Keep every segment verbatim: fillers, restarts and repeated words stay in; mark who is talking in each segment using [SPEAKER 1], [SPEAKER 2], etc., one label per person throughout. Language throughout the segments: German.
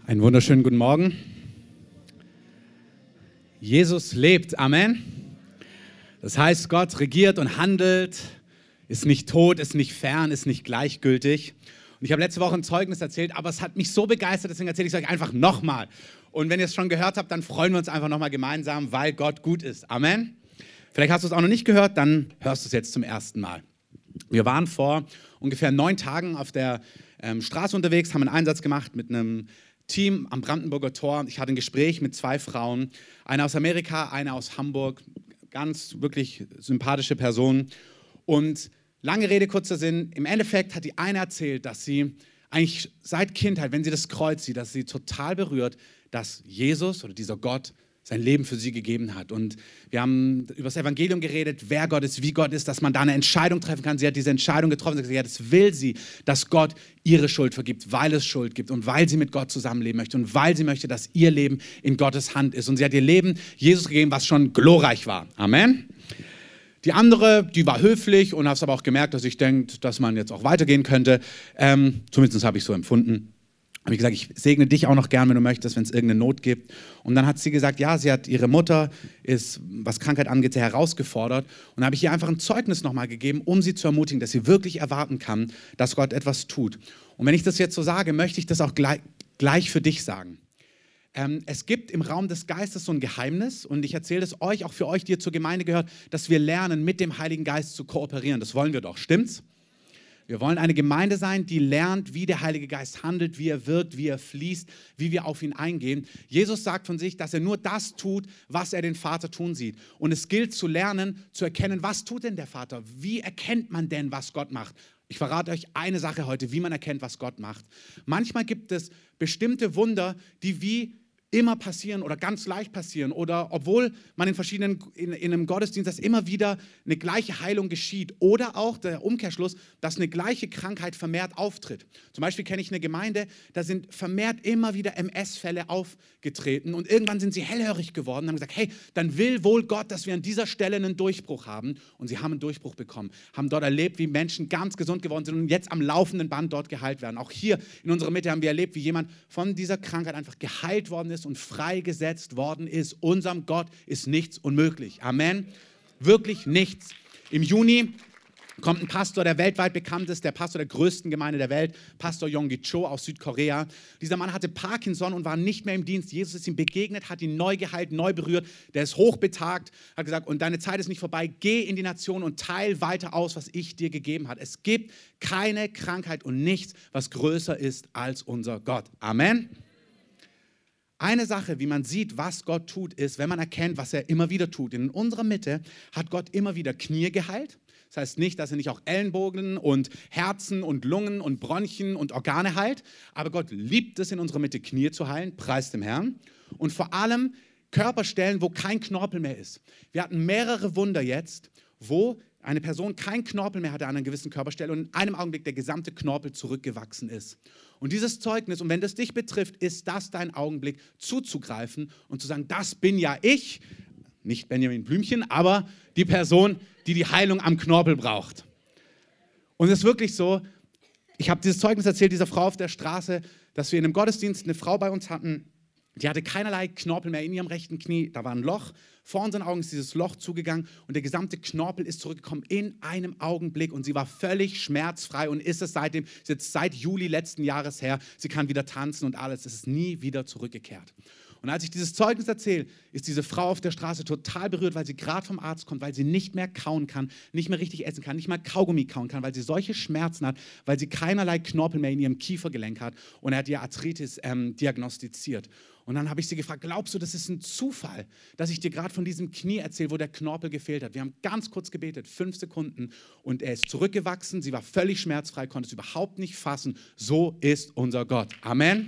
[SPEAKER 1] Einen wunderschönen guten Morgen. Jesus lebt, Amen. Das heißt, Gott regiert und handelt, ist nicht tot, ist nicht fern, ist nicht gleichgültig. Und ich habe letzte Woche ein Zeugnis erzählt, aber es hat mich so begeistert, deswegen erzähle ich es euch einfach nochmal. Und wenn ihr es schon gehört habt, dann freuen wir uns einfach nochmal gemeinsam, weil Gott gut ist. Amen. Vielleicht hast du es auch noch nicht gehört, dann hörst du es jetzt zum ersten Mal. Wir waren vor ungefähr neun Tagen auf der ähm, Straße unterwegs, haben einen Einsatz gemacht mit einem Team am Brandenburger Tor. Ich hatte ein Gespräch mit zwei Frauen, eine aus Amerika, eine aus Hamburg, ganz wirklich sympathische Personen. Und lange Rede, kurzer Sinn, im Endeffekt hat die eine erzählt, dass sie eigentlich seit Kindheit, wenn sie das Kreuz sieht, dass sie total berührt, dass Jesus oder dieser Gott sein Leben für sie gegeben hat. Und wir haben über das Evangelium geredet, wer Gott ist, wie Gott ist, dass man da eine Entscheidung treffen kann. Sie hat diese Entscheidung getroffen, sie hat gesagt, ja, das will sie, dass Gott ihre Schuld vergibt, weil es Schuld gibt und weil sie mit Gott zusammenleben möchte und weil sie möchte, dass ihr Leben in Gottes Hand ist. Und sie hat ihr Leben Jesus gegeben, was schon glorreich war. Amen. Die andere, die war höflich und hat aber auch gemerkt, dass ich denke, dass man jetzt auch weitergehen könnte. Ähm, zumindest habe ich so empfunden. Habe ich gesagt, ich segne dich auch noch gern, wenn du möchtest, wenn es irgendeine Not gibt. Und dann hat sie gesagt, ja, sie hat ihre Mutter, ist, was Krankheit angeht, sehr herausgefordert. Und dann habe ich ihr einfach ein Zeugnis nochmal gegeben, um sie zu ermutigen, dass sie wirklich erwarten kann, dass Gott etwas tut. Und wenn ich das jetzt so sage, möchte ich das auch gleich, gleich für dich sagen. Ähm, es gibt im Raum des Geistes so ein Geheimnis und ich erzähle es euch, auch für euch, die ihr zur Gemeinde gehört, dass wir lernen, mit dem Heiligen Geist zu kooperieren. Das wollen wir doch, stimmt's? Wir wollen eine Gemeinde sein, die lernt, wie der Heilige Geist handelt, wie er wirkt, wie er fließt, wie wir auf ihn eingehen. Jesus sagt von sich, dass er nur das tut, was er den Vater tun sieht. Und es gilt zu lernen, zu erkennen, was tut denn der Vater? Wie erkennt man denn, was Gott macht? Ich verrate euch eine Sache heute, wie man erkennt, was Gott macht. Manchmal gibt es bestimmte Wunder, die wie immer passieren oder ganz leicht passieren oder obwohl man in verschiedenen, in, in einem Gottesdienst, dass immer wieder eine gleiche Heilung geschieht oder auch der Umkehrschluss, dass eine gleiche Krankheit vermehrt auftritt. Zum Beispiel kenne ich eine Gemeinde, da sind vermehrt immer wieder M S-Fälle aufgetreten und irgendwann sind sie hellhörig geworden und haben gesagt, hey, dann will wohl Gott, dass wir an dieser Stelle einen Durchbruch haben und sie haben einen Durchbruch bekommen, haben dort erlebt, wie Menschen ganz gesund geworden sind und jetzt am laufenden Band dort geheilt werden. Auch hier in unserer Mitte haben wir erlebt, wie jemand von dieser Krankheit einfach geheilt worden ist und freigesetzt worden ist. Unserem Gott ist nichts unmöglich. Amen. Wirklich nichts. Im Juni kommt ein Pastor, der weltweit bekannt ist, der Pastor der größten Gemeinde der Welt, Pastor Yonggi Cho aus Südkorea. Dieser Mann hatte Parkinson und war nicht mehr im Dienst. Jesus ist ihm begegnet, hat ihn neu geheilt, neu berührt. Der ist hochbetagt, hat gesagt, und deine Zeit ist nicht vorbei. Geh in die Nation und teil weiter aus, was ich dir gegeben habe. Es gibt keine Krankheit und nichts, was größer ist als unser Gott. Amen. Eine Sache, wie man sieht, was Gott tut, ist, wenn man erkennt, was er immer wieder tut. In unserer Mitte hat Gott immer wieder Knie geheilt. Das heißt nicht, dass er nicht auch Ellenbogen und Herzen und Lungen und Bronchien und Organe heilt. Aber Gott liebt es, in unserer Mitte Knie zu heilen. Preis dem Herrn. Und vor allem Körperstellen, wo kein Knorpel mehr ist. Wir hatten mehrere Wunder jetzt, wo eine Person kein Knorpel mehr hatte an einer gewissen Körperstelle und in einem Augenblick der gesamte Knorpel zurückgewachsen ist. Und dieses Zeugnis, und wenn das dich betrifft, ist das dein Augenblick zuzugreifen und zu sagen, das bin ja ich, nicht Benjamin Blümchen, aber die Person, die die Heilung am Knorpel braucht. Und es ist wirklich so, ich habe dieses Zeugnis erzählt, dieser Frau auf der Straße, dass wir in einem Gottesdienst eine Frau bei uns hatten, die hatte keinerlei Knorpel mehr in ihrem rechten Knie, da war ein Loch, vor unseren Augen ist dieses Loch zugegangen und der gesamte Knorpel ist zurückgekommen in einem Augenblick und sie war völlig schmerzfrei und ist es seitdem, ist jetzt seit Juli letzten Jahres her, sie kann wieder tanzen und alles, es ist nie wieder zurückgekehrt. Und als ich dieses Zeugnis erzähle, ist diese Frau auf der Straße total berührt, weil sie gerade vom Arzt kommt, weil sie nicht mehr kauen kann, nicht mehr richtig essen kann, nicht mal Kaugummi kauen kann, weil sie solche Schmerzen hat, weil sie keinerlei Knorpel mehr in ihrem Kiefergelenk hat und er hat ihr Arthritis ähm, diagnostiziert. Und dann habe ich sie gefragt, glaubst du, das ist ein Zufall, dass ich dir gerade von diesem Knie erzähle, wo der Knorpel gefehlt hat? Wir haben ganz kurz gebetet, fünf Sekunden und er ist zurückgewachsen, sie war völlig schmerzfrei, konnte es überhaupt nicht fassen. So ist unser Gott. Amen.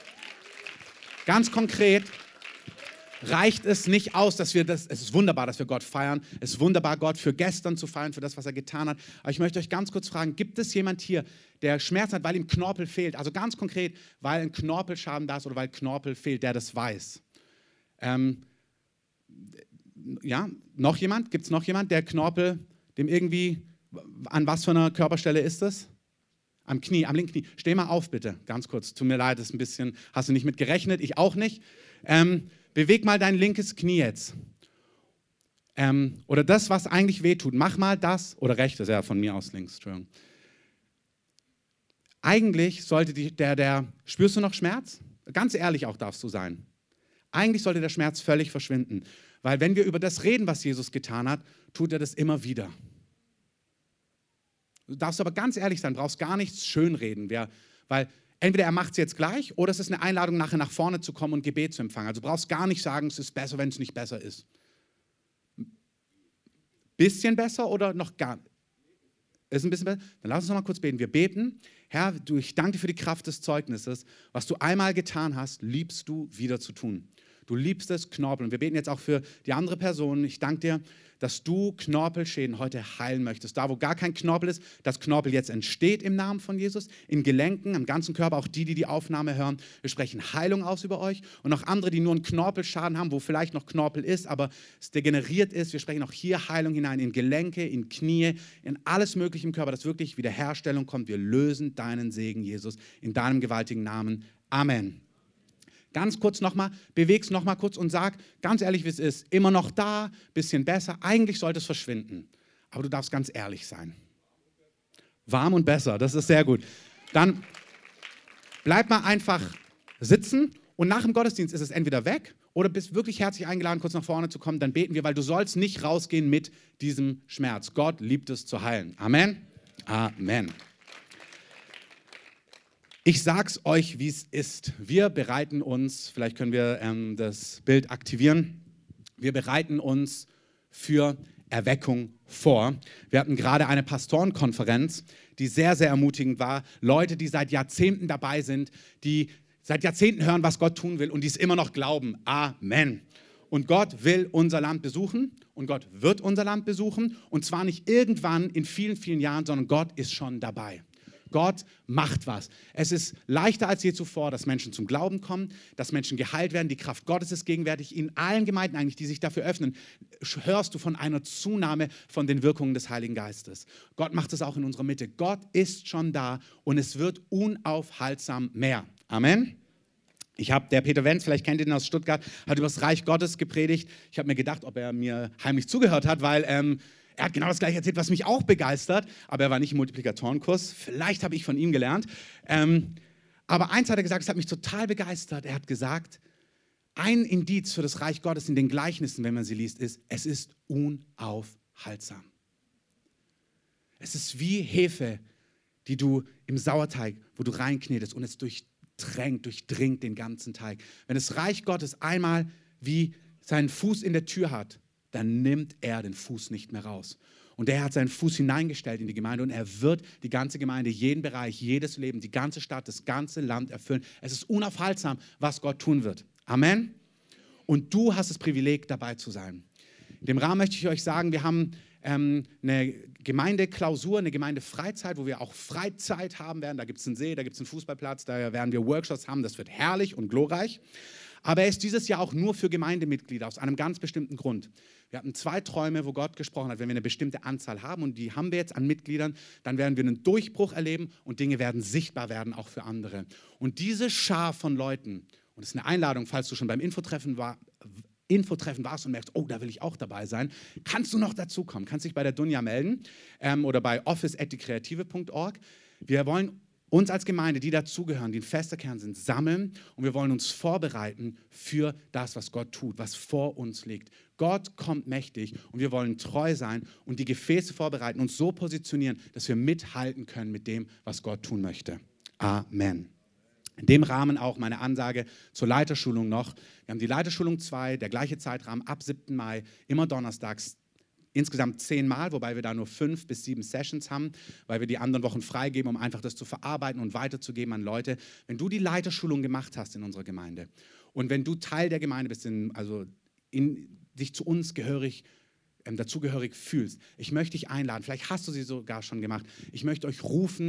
[SPEAKER 1] Ganz konkret reicht es nicht aus, dass wir das, es ist wunderbar, dass wir Gott feiern, es ist wunderbar, Gott für gestern zu feiern, für das, was er getan hat, aber ich möchte euch ganz kurz fragen, gibt es jemand hier, der Schmerzen hat, weil ihm Knorpel fehlt, also ganz konkret, weil ein Knorpelschaden da ist oder weil Knorpel fehlt, der das weiß? Ähm, ja, noch jemand? Gibt es noch jemand, der Knorpel, dem irgendwie, an was für einer Körperstelle ist das? am Knie, am linken Knie. Steh mal auf, bitte, ganz kurz. Tut mir leid, das ist ein bisschen, hast du nicht mit gerechnet, ich auch nicht. Ähm, beweg mal dein linkes Knie jetzt. Ähm, oder das, was eigentlich wehtut. Mach mal das, oder rechtes, ja, von mir aus links, Entschuldigung. Eigentlich sollte die, der, der, spürst du noch Schmerz? Ganz ehrlich auch darfst du sein. Eigentlich sollte der Schmerz völlig verschwinden. Weil wenn wir über das reden, was Jesus getan hat, tut er das immer wieder. Du darfst aber ganz ehrlich sein, brauchst gar nichts schönreden. Wer, weil entweder er macht es jetzt gleich oder es ist eine Einladung, nachher nach vorne zu kommen und Gebet zu empfangen. Also du brauchst gar nicht sagen, es ist besser, wenn es nicht besser ist. Bisschen besser oder noch gar nicht? Ist ein bisschen besser? Dann lass uns noch mal kurz beten. Wir beten. Herr, du, ich danke dir für die Kraft des Zeugnisses. Was du einmal getan hast, liebst du wieder zu tun. Du liebst es, Knorpel. Und wir beten jetzt auch für die andere Person. Ich danke dir, dass du Knorpelschäden heute heilen möchtest. Da, wo gar kein Knorpel ist, dass Knorpel jetzt entsteht im Namen von Jesus, in Gelenken, im ganzen Körper, auch die, die die Aufnahme hören. Wir sprechen Heilung aus über euch. Und auch andere, die nur einen Knorpelschaden haben, wo vielleicht noch Knorpel ist, aber es degeneriert ist. Wir sprechen auch hier Heilung hinein, in Gelenke, in Knie, in alles Mögliche im Körper, dass wirklich Wiederherstellung kommt. Wir lösen deinen Segen, Jesus, in deinem gewaltigen Namen. Amen. Ganz kurz nochmal, beweg's nochmal kurz und sag, ganz ehrlich, wie es ist, immer noch da, bisschen besser, eigentlich sollte es verschwinden. Aber du darfst ganz ehrlich sein. Warm und besser, das ist sehr gut. Dann bleib mal einfach sitzen und nach dem Gottesdienst ist es entweder weg oder bist wirklich herzlich eingeladen, kurz nach vorne zu kommen, dann beten wir, weil du sollst nicht rausgehen mit diesem Schmerz. Gott liebt es zu heilen. Amen. Amen. Ich sag's euch, wie es ist. Wir bereiten uns, vielleicht können wir ähm, das Bild aktivieren, wir bereiten uns für Erweckung vor. Wir hatten gerade eine Pastorenkonferenz, die sehr, sehr ermutigend war. Leute, die seit Jahrzehnten dabei sind, die seit Jahrzehnten hören, was Gott tun will und die es immer noch glauben. Amen. Und Gott will unser Land besuchen und Gott wird unser Land besuchen und zwar nicht irgendwann in vielen, vielen Jahren, sondern Gott ist schon dabei. Gott macht was. Es ist leichter als je zuvor, dass Menschen zum Glauben kommen, dass Menschen geheilt werden. Die Kraft Gottes ist gegenwärtig. In allen Gemeinden eigentlich, die sich dafür öffnen, hörst du von einer Zunahme von den Wirkungen des Heiligen Geistes. Gott macht es auch in unserer Mitte. Gott ist schon da und es wird unaufhaltsam mehr. Amen. Ich habe, der Peter Wenz, vielleicht kennt ihr ihn aus Stuttgart, hat über das Reich Gottes gepredigt. Ich habe mir gedacht, ob er mir heimlich zugehört hat, weil ähm, er hat genau das Gleiche erzählt, was mich auch begeistert, aber er war nicht im Multiplikatorenkurs. Vielleicht habe ich von ihm gelernt. Ähm, aber eins hat er gesagt, es hat mich total begeistert. Er hat gesagt, ein Indiz für das Reich Gottes in den Gleichnissen, wenn man sie liest, ist, es ist unaufhaltsam. Es ist wie Hefe, die du im Sauerteig, wo du reinknetest und es durchtränkt, durchdringt den ganzen Teig. Wenn das Reich Gottes einmal wie seinen Fuß in der Tür hat, dann nimmt er den Fuß nicht mehr raus. Und er hat seinen Fuß hineingestellt in die Gemeinde und er wird die ganze Gemeinde, jeden Bereich, jedes Leben, die ganze Stadt, das ganze Land erfüllen. Es ist unaufhaltsam, was Gott tun wird. Amen. Und du hast das Privileg, dabei zu sein. In dem Rahmen möchte ich euch sagen, wir haben ähm, eine Gemeindeklausur, eine Gemeindefreizeit, wo wir auch Freizeit haben werden. Da gibt es einen See, da gibt es einen Fußballplatz, da werden wir Workshops haben. Das wird herrlich und glorreich. Aber er ist dieses Jahr auch nur für Gemeindemitglieder aus einem ganz bestimmten Grund. Wir hatten zwei Träume, wo Gott gesprochen hat. Wenn wir eine bestimmte Anzahl haben und die haben wir jetzt an Mitgliedern, dann werden wir einen Durchbruch erleben und Dinge werden sichtbar werden, auch für andere. Und diese Schar von Leuten, und das ist eine Einladung, falls du schon beim Infotreffen, war, Infotreffen warst und merkst, oh, da will ich auch dabei sein, kannst du noch dazukommen, kannst dich bei der Dunja melden ähm, oder bei office at die kreative punkt org. Wir wollen uns als Gemeinde, die dazugehören, die ein fester Kern sind, sammeln und wir wollen uns vorbereiten für das, was Gott tut, was vor uns liegt. Gott kommt mächtig und wir wollen treu sein und die Gefäße vorbereiten, uns so positionieren, dass wir mithalten können mit dem, was Gott tun möchte. Amen. In dem Rahmen auch meine Ansage zur Leiterschulung noch. Wir haben die Leiterschulung zwei, der gleiche Zeitrahmen ab siebten Mai, immer donnerstags. Insgesamt zehnmal, wobei wir da nur fünf bis sieben Sessions haben, weil wir die anderen Wochen freigeben, um einfach das zu verarbeiten und weiterzugeben an Leute. Wenn du die Leiterschulung gemacht hast in unserer Gemeinde und wenn du Teil der Gemeinde bist, in, also in, dich zu uns gehörig, ähm, dazugehörig fühlst, ich möchte dich einladen, vielleicht hast du sie sogar schon gemacht, ich möchte euch rufen,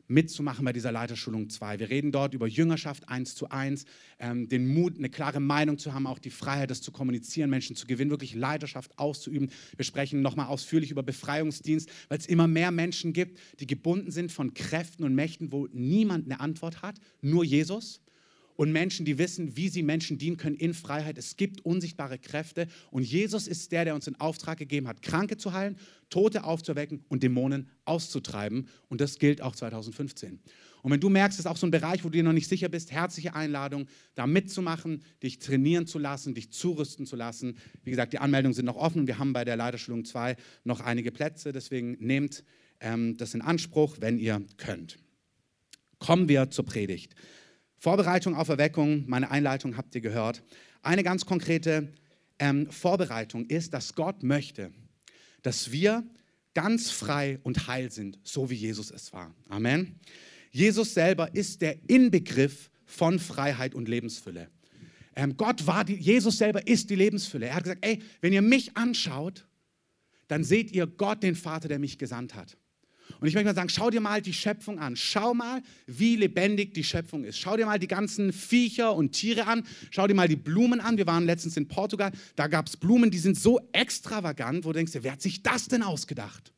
[SPEAKER 1] mitzumachen bei dieser Leiterschulung zwei. Wir reden dort über Jüngerschaft eins zu eins, ähm, den Mut, eine klare Meinung zu haben, auch die Freiheit, das zu kommunizieren, Menschen zu gewinnen, wirklich Leiterschaft auszuüben. Wir sprechen nochmal ausführlich über Befreiungsdienst, weil es immer mehr Menschen gibt, die gebunden sind von Kräften und Mächten, wo niemand eine Antwort hat, nur Jesus. Und Menschen, die wissen, wie sie Menschen dienen können in Freiheit. Es gibt unsichtbare Kräfte und Jesus ist der, der uns den Auftrag gegeben hat, Kranke zu heilen, Tote aufzuwecken und Dämonen auszutreiben. Und das gilt auch zwanzig fünfzehn. Und wenn du merkst, das ist auch so ein Bereich, wo du dir noch nicht sicher bist, herzliche Einladung, da mitzumachen, dich trainieren zu lassen, dich zurüsten zu lassen. Wie gesagt, die Anmeldungen sind noch offen und wir haben bei der Leiterschulung zwei noch einige Plätze. Deswegen nehmt ähm, das in Anspruch, wenn ihr könnt. Kommen wir zur Predigt. Vorbereitung auf Erweckung, meine Einleitung habt ihr gehört. Eine ganz konkrete ähm, Vorbereitung ist, dass Gott möchte, dass wir ganz frei und heil sind, so wie Jesus es war. Amen. Jesus selber ist der Inbegriff von Freiheit und Lebensfülle. Ähm, Gott war die, Jesus selber ist die Lebensfülle. Er hat gesagt, ey, wenn ihr mich anschaut, dann seht ihr Gott, den Vater, der mich gesandt hat. Und ich möchte mal sagen, schau dir mal die Schöpfung an. Schau mal, wie lebendig die Schöpfung ist. Schau dir mal die ganzen Viecher und Tiere an. Schau dir mal die Blumen an. Wir waren letztens in Portugal. Da gab es Blumen, die sind so extravagant, wo du denkst, wer hat sich das denn ausgedacht?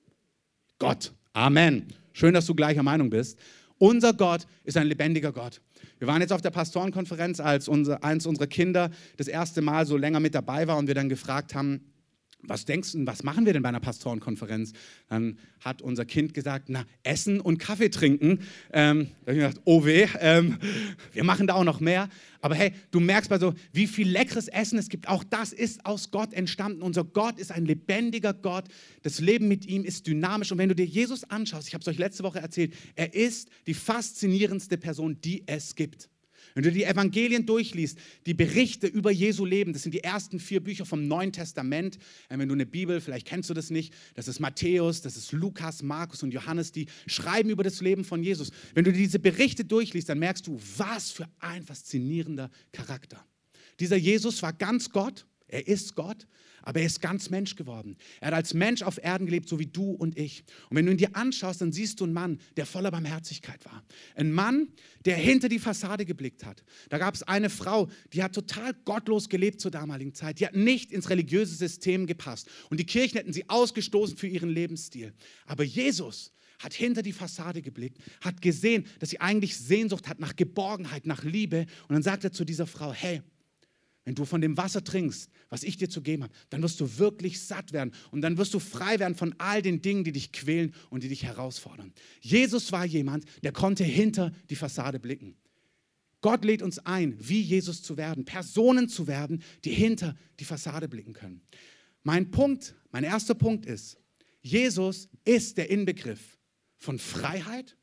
[SPEAKER 1] Gott. Amen. Schön, dass du gleicher Meinung bist. Unser Gott ist ein lebendiger Gott. Wir waren jetzt auf der Pastorenkonferenz, als unser, eins unserer Kinder das erste Mal so länger mit dabei war und wir dann gefragt haben, was denkst du, was machen wir denn bei einer Pastorenkonferenz? Dann hat unser Kind gesagt, na, essen und Kaffee trinken. Ähm, da habe ich gedacht, oh weh, ähm, wir machen da auch noch mehr. Aber hey, du merkst mal so, wie viel leckeres Essen es gibt. Auch das ist aus Gott entstanden. Unser Gott ist ein lebendiger Gott. Das Leben mit ihm ist dynamisch. Und wenn du dir Jesus anschaust, ich habe es euch letzte Woche erzählt, er ist die faszinierendste Person, die es gibt. Wenn du die Evangelien durchliest, die Berichte über Jesu Leben, das sind die ersten vier Bücher vom Neuen Testament. Wenn du eine Bibel, vielleicht kennst du das nicht, das ist Matthäus, das ist Lukas, Markus und Johannes, die schreiben über das Leben von Jesus. Wenn du diese Berichte durchliest, dann merkst du, was für ein faszinierender Charakter. Dieser Jesus war ganz Gott, er ist Gott, aber er ist ganz Mensch geworden. Er hat als Mensch auf Erden gelebt, so wie du und ich. Und wenn du ihn dir anschaust, dann siehst du einen Mann, der voller Barmherzigkeit war. Ein Mann, der hinter die Fassade geblickt hat. Da gab es eine Frau, die hat total gottlos gelebt zur damaligen Zeit. Die hat nicht ins religiöse System gepasst. Und die Kirchen hätten sie ausgestoßen für ihren Lebensstil. Aber Jesus hat hinter die Fassade geblickt, hat gesehen, dass sie eigentlich Sehnsucht hat nach Geborgenheit, nach Liebe. Und dann sagt er zu dieser Frau, hey, wenn du von dem Wasser trinkst, was ich dir zu geben habe, dann wirst du wirklich satt werden und dann wirst du frei werden von all den Dingen, die dich quälen und die dich herausfordern. Jesus war jemand, der konnte hinter die Fassade blicken. Gott lädt uns ein, wie Jesus zu werden, Personen zu werden, die hinter die Fassade blicken können. Mein Punkt, mein erster Punkt ist, Jesus ist der Inbegriff von Freiheit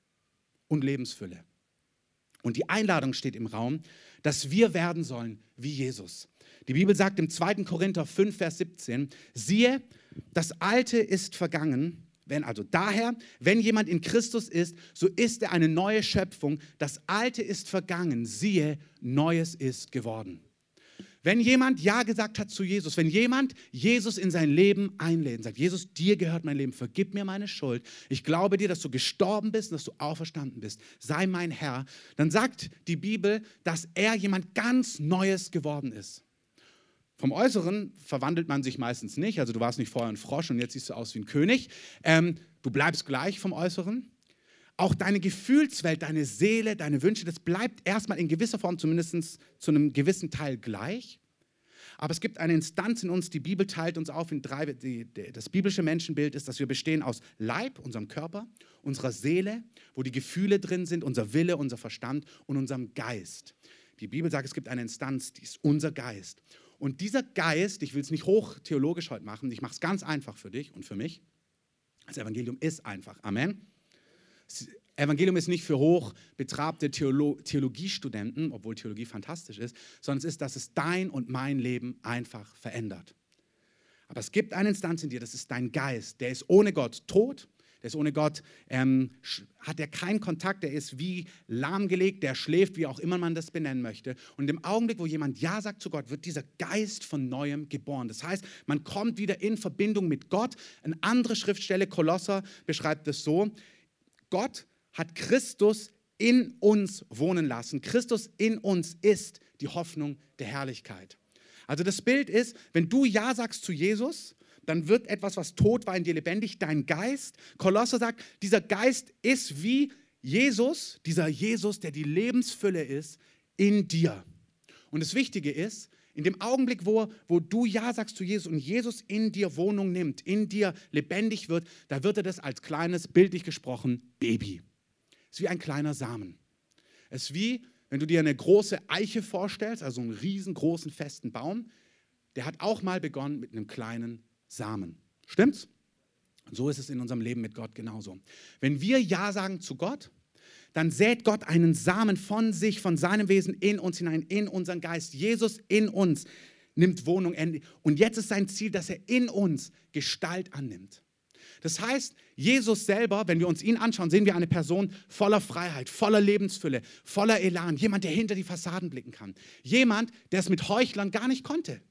[SPEAKER 1] und Lebensfülle. Und die Einladung steht im Raum, dass wir werden sollen wie Jesus. Die Bibel sagt im zweiten Korinther fünf, Vers siebzehn, siehe, das Alte ist vergangen, wenn also daher, wenn jemand in Christus ist, so ist er eine neue Schöpfung, das Alte ist vergangen, siehe, Neues ist geworden. Wenn jemand Ja gesagt hat zu Jesus, wenn jemand Jesus in sein Leben einlädt und sagt, Jesus, dir gehört mein Leben, vergib mir meine Schuld, ich glaube dir, dass du gestorben bist und dass du auferstanden bist, sei mein Herr, dann sagt die Bibel, dass er jemand ganz Neues geworden ist. Vom Äußeren verwandelt man sich meistens nicht, also du warst nicht vorher ein Frosch und jetzt siehst du aus wie ein König, ähm, du bleibst gleich vom Äußeren. Auch deine Gefühlswelt, deine Seele, deine Wünsche, das bleibt erstmal in gewisser Form zumindest zu einem gewissen Teil gleich. Aber es gibt eine Instanz in uns, die Bibel teilt uns auf in drei. Die, die, das biblische Menschenbild ist, dass wir bestehen aus Leib, unserem Körper, unserer Seele, wo die Gefühle drin sind, unser Wille, unser Verstand und unserem Geist. Die Bibel sagt, es gibt eine Instanz, die ist unser Geist. Und dieser Geist, ich will es nicht hochtheologisch heute machen, ich mache es ganz einfach für dich und für mich. Das Evangelium ist einfach. Amen. Das Evangelium ist nicht für hochbetrabte Theolo- Theologiestudenten, obwohl Theologie fantastisch ist, sondern es ist, dass es dein und mein Leben einfach verändert. Aber es gibt eine Instanz in dir, das ist dein Geist. Der ist ohne Gott tot, der ist ohne Gott, ähm, hat er keinen Kontakt, der ist wie lahmgelegt, der schläft, wie auch immer man das benennen möchte. Und im Augenblick, wo jemand Ja sagt zu Gott, wird dieser Geist von Neuem geboren. Das heißt, man kommt wieder in Verbindung mit Gott. Eine andere Schriftstelle, Kolosser, beschreibt es so, Gott hat Christus in uns wohnen lassen. Christus in uns ist die Hoffnung der Herrlichkeit. Also das Bild ist, wenn du Ja sagst zu Jesus, dann wird etwas, was tot war, in dir lebendig, dein Geist. Kolosser sagt, dieser Geist ist wie Jesus, dieser Jesus, der die Lebensfülle ist, in dir. Und das Wichtige ist, in dem Augenblick, wo, wo du Ja sagst zu Jesus und Jesus in dir Wohnung nimmt, in dir lebendig wird, da wird er das als kleines, bildlich gesprochen, Baby. Es ist wie ein kleiner Samen. Es ist wie, wenn du dir eine große Eiche vorstellst, also einen riesengroßen, festen Baum, der hat auch mal begonnen mit einem kleinen Samen. Stimmt's? Und so ist es in unserem Leben mit Gott genauso. Wenn wir Ja sagen zu Gott, dann sät Gott einen Samen von sich, von seinem Wesen in uns hinein, in unseren Geist. Jesus in uns nimmt Wohnung. Und jetzt ist sein Ziel, dass er in uns Gestalt annimmt. Das heißt, Jesus selber, wenn wir uns ihn anschauen, sehen wir eine Person voller Freiheit, voller Lebensfülle, voller Elan. Jemand, der hinter die Fassaden blicken kann. Jemand, der es mit Heuchlern gar nicht konnte.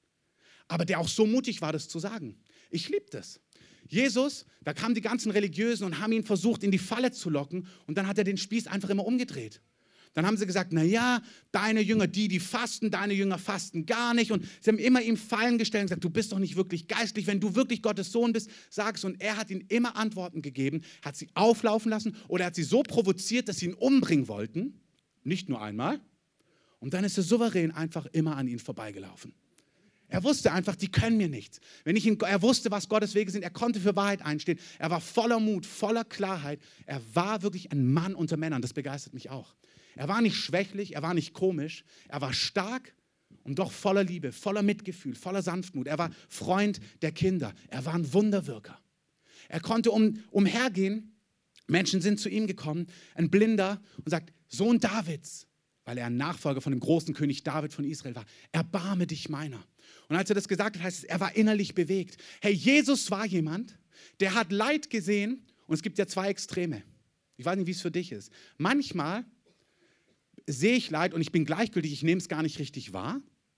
[SPEAKER 1] Aber der auch so mutig war, das zu sagen. Ich liebe das. Jesus, da kamen die ganzen Religiösen und haben ihn versucht, in die Falle zu locken. Und dann hat er den Spieß einfach immer umgedreht. Dann haben sie gesagt, naja, deine Jünger, die, die fasten, deine Jünger fasten gar nicht. Und sie haben immer ihm Fallen gestellt und gesagt, du bist doch nicht wirklich geistlich. Wenn du wirklich Gottes Sohn bist, sag es. Und er hat ihnen immer Antworten gegeben, hat sie auflaufen lassen oder hat sie so provoziert, dass sie ihn umbringen wollten. Nicht nur einmal. Und dann ist er souverän einfach immer an ihnen vorbeigelaufen. Er wusste einfach, die können mir nichts. Wenn ich ihn, er wusste, was Gottes Wege sind. Er konnte für Wahrheit einstehen. Er war voller Mut, voller Klarheit. Er war wirklich ein Mann unter Männern. Das begeistert mich auch. Er war nicht schwächlich, er war nicht komisch. Er war stark und doch voller Liebe, voller Mitgefühl, voller Sanftmut. Er war Freund der Kinder. Er war ein Wunderwirker. Er konnte um, umhergehen. Menschen sind zu ihm gekommen. Ein Blinder und sagt, Sohn Davids, weil er ein Nachfolger von dem großen König David von Israel war. Erbarme dich meiner. Und als er das gesagt hat, heißt es, er war innerlich bewegt. Hey, Jesus war jemand, der hat Leid gesehen und es gibt ja zwei Extreme. Ich weiß nicht, wie es für dich ist. Manchmal sehe ich Leid und ich bin gleichgültig, ich nehme es gar nicht richtig wahr.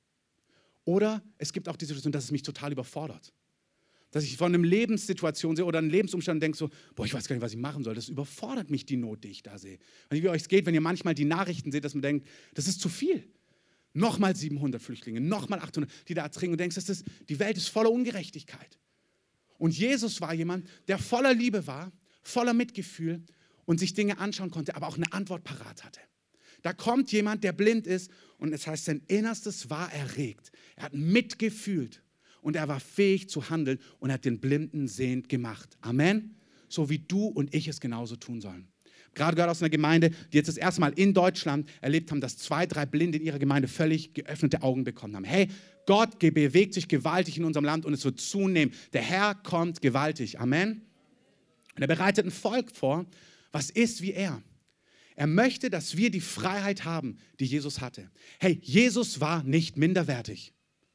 [SPEAKER 1] Oder es gibt auch die Situation, dass es mich total überfordert. Dass ich von einer Lebenssituation sehe oder einen Lebensumstand denke so, boah, ich weiß gar nicht, was ich machen soll. Das überfordert mich, die Not, die ich da sehe. Und wie euch es geht, wenn ihr manchmal die Nachrichten seht, dass man denkt, das ist zu viel. Nochmal siebenhundert Flüchtlinge, nochmal achthundert, die da ertrinken und denkst, das ist, die Welt ist voller Ungerechtigkeit. Und Jesus war jemand, der voller Liebe war, voller Mitgefühl und sich Dinge anschauen konnte, aber auch eine Antwort parat hatte. Da kommt jemand, der blind ist und es heißt, sein Innerstes war erregt. Er hat mitgefühlt und er war fähig zu handeln und hat den Blinden sehend gemacht. Amen. So wie du und ich es genauso tun sollen. Gerade gehört aus einer Gemeinde, die jetzt das erste Mal in Deutschland erlebt haben, dass zwei, drei Blinde in ihrer Gemeinde völlig geöffnete Augen bekommen haben. Hey, Gott bewegt sich gewaltig in unserem Land und es wird zunehmen. Der Herr kommt gewaltig. Amen. Und er bereitet ein Volk vor, was ist wie er. Er möchte, dass wir die Freiheit haben, die Jesus hatte. Hey, Jesus war nicht minderwertig.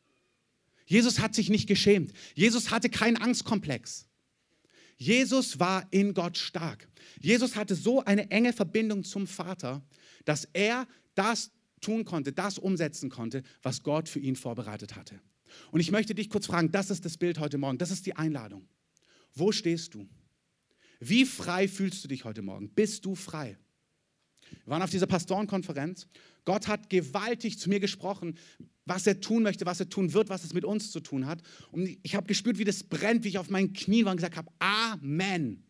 [SPEAKER 1] Jesus hat sich nicht geschämt. Jesus hatte keinen Angstkomplex. Jesus war in Gott stark. Jesus hatte so eine enge Verbindung zum Vater, dass er das tun konnte, das umsetzen konnte, was Gott für ihn vorbereitet hatte. Und ich möchte dich kurz fragen, das ist das Bild heute Morgen, das ist die Einladung. Wo stehst du? Wie frei fühlst du dich heute Morgen? Bist du frei? Wir waren auf dieser Pastorenkonferenz. Gott hat gewaltig zu mir gesprochen, was er tun möchte, was er tun wird, was es mit uns zu tun hat. Und ich habe gespürt, wie das brennt, wie ich auf meinen Knien war und gesagt habe, Amen.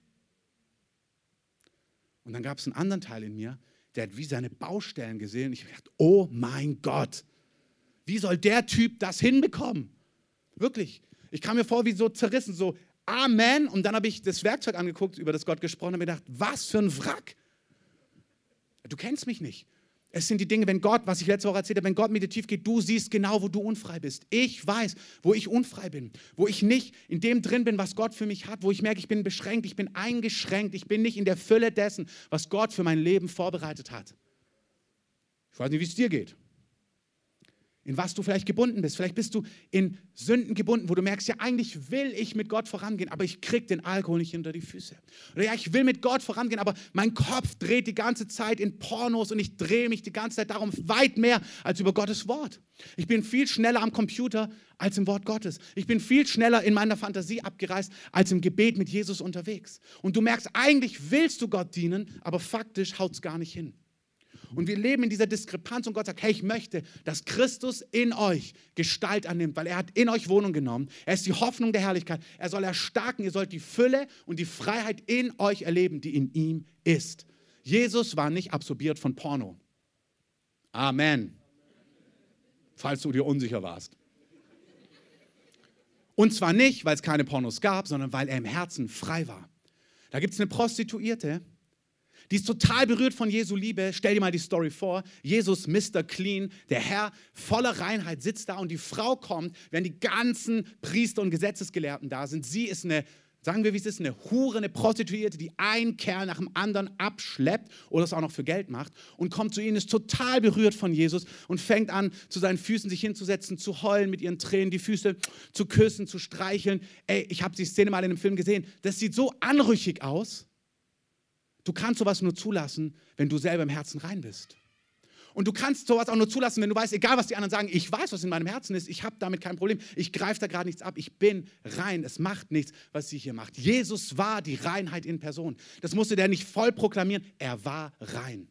[SPEAKER 1] Und dann gab es einen anderen Teil in mir, der hat wie seine Baustellen gesehen. Und ich habe gedacht, oh mein Gott, wie soll der Typ das hinbekommen? Wirklich. Ich kam mir vor wie so zerrissen, so Amen. Und dann habe ich das Werkzeug angeguckt, über das Gott gesprochen hat und mir gedacht, was für ein Wrack. Du kennst mich nicht. Es sind die Dinge, wenn Gott, was ich letzte Woche erzählt habe, wenn Gott mit dir tief geht, du siehst genau, wo du unfrei bist. Ich weiß, wo ich unfrei bin, wo ich nicht in dem drin bin, was Gott für mich hat, wo ich merke, ich bin beschränkt, ich bin eingeschränkt, ich bin nicht in der Fülle dessen, was Gott für mein Leben vorbereitet hat. Ich weiß nicht, wie es dir geht. in was du vielleicht gebunden bist. Vielleicht bist du in Sünden gebunden, wo du merkst, ja, eigentlich will ich mit Gott vorangehen, aber ich kriege den Alkohol nicht unter die Füße. Oder ja, ich will mit Gott vorangehen, aber mein Kopf dreht die ganze Zeit in Pornos und ich drehe mich die ganze Zeit darum weit mehr als über Gottes Wort. Ich bin viel schneller am Computer als im Wort Gottes. Ich bin viel schneller in meiner Fantasie abgereist als im Gebet mit Jesus unterwegs. Und du merkst, eigentlich willst du Gott dienen, aber faktisch haut es gar nicht hin. Und wir leben in dieser Diskrepanz und Gott sagt, hey, ich möchte, dass Christus in euch Gestalt annimmt, weil er hat in euch Wohnung genommen. Er ist die Hoffnung der Herrlichkeit. Er soll erstarken, ihr sollt die Fülle und die Freiheit in euch erleben, die in ihm ist. Jesus war nicht absorbiert von Porno. Amen. Falls du dir unsicher warst. Und zwar nicht, weil es keine Pornos gab, sondern weil er im Herzen frei war. Da gibt es eine Prostituierte, die ist total berührt von Jesu Liebe. Stell dir mal die Story vor. Jesus, Mister Clean, der Herr voller Reinheit sitzt da und die Frau kommt, während die ganzen Priester und Gesetzesgelehrten da sind. Sie ist eine, sagen wir wie es ist, eine Hure, eine Prostituierte, die einen Kerl nach dem anderen abschleppt oder es auch noch für Geld macht und kommt zu ihnen, ist total berührt von Jesus und fängt an, zu seinen Füßen sich hinzusetzen, zu heulen mit ihren Tränen, die Füße zu küssen, zu streicheln. Ey, ich habe die Szene mal in einem Film gesehen. Das sieht so anrüchig aus. Du kannst sowas nur zulassen, wenn du selber im Herzen rein bist. Und du kannst sowas auch nur zulassen, wenn du weißt, egal was die anderen sagen, ich weiß, was in meinem Herzen ist, ich habe damit kein Problem, ich greife da gerade nichts ab, ich bin rein, es macht nichts, was sie hier macht. Jesus war die Reinheit in Person. Das musste der nicht voll proklamieren, er war rein.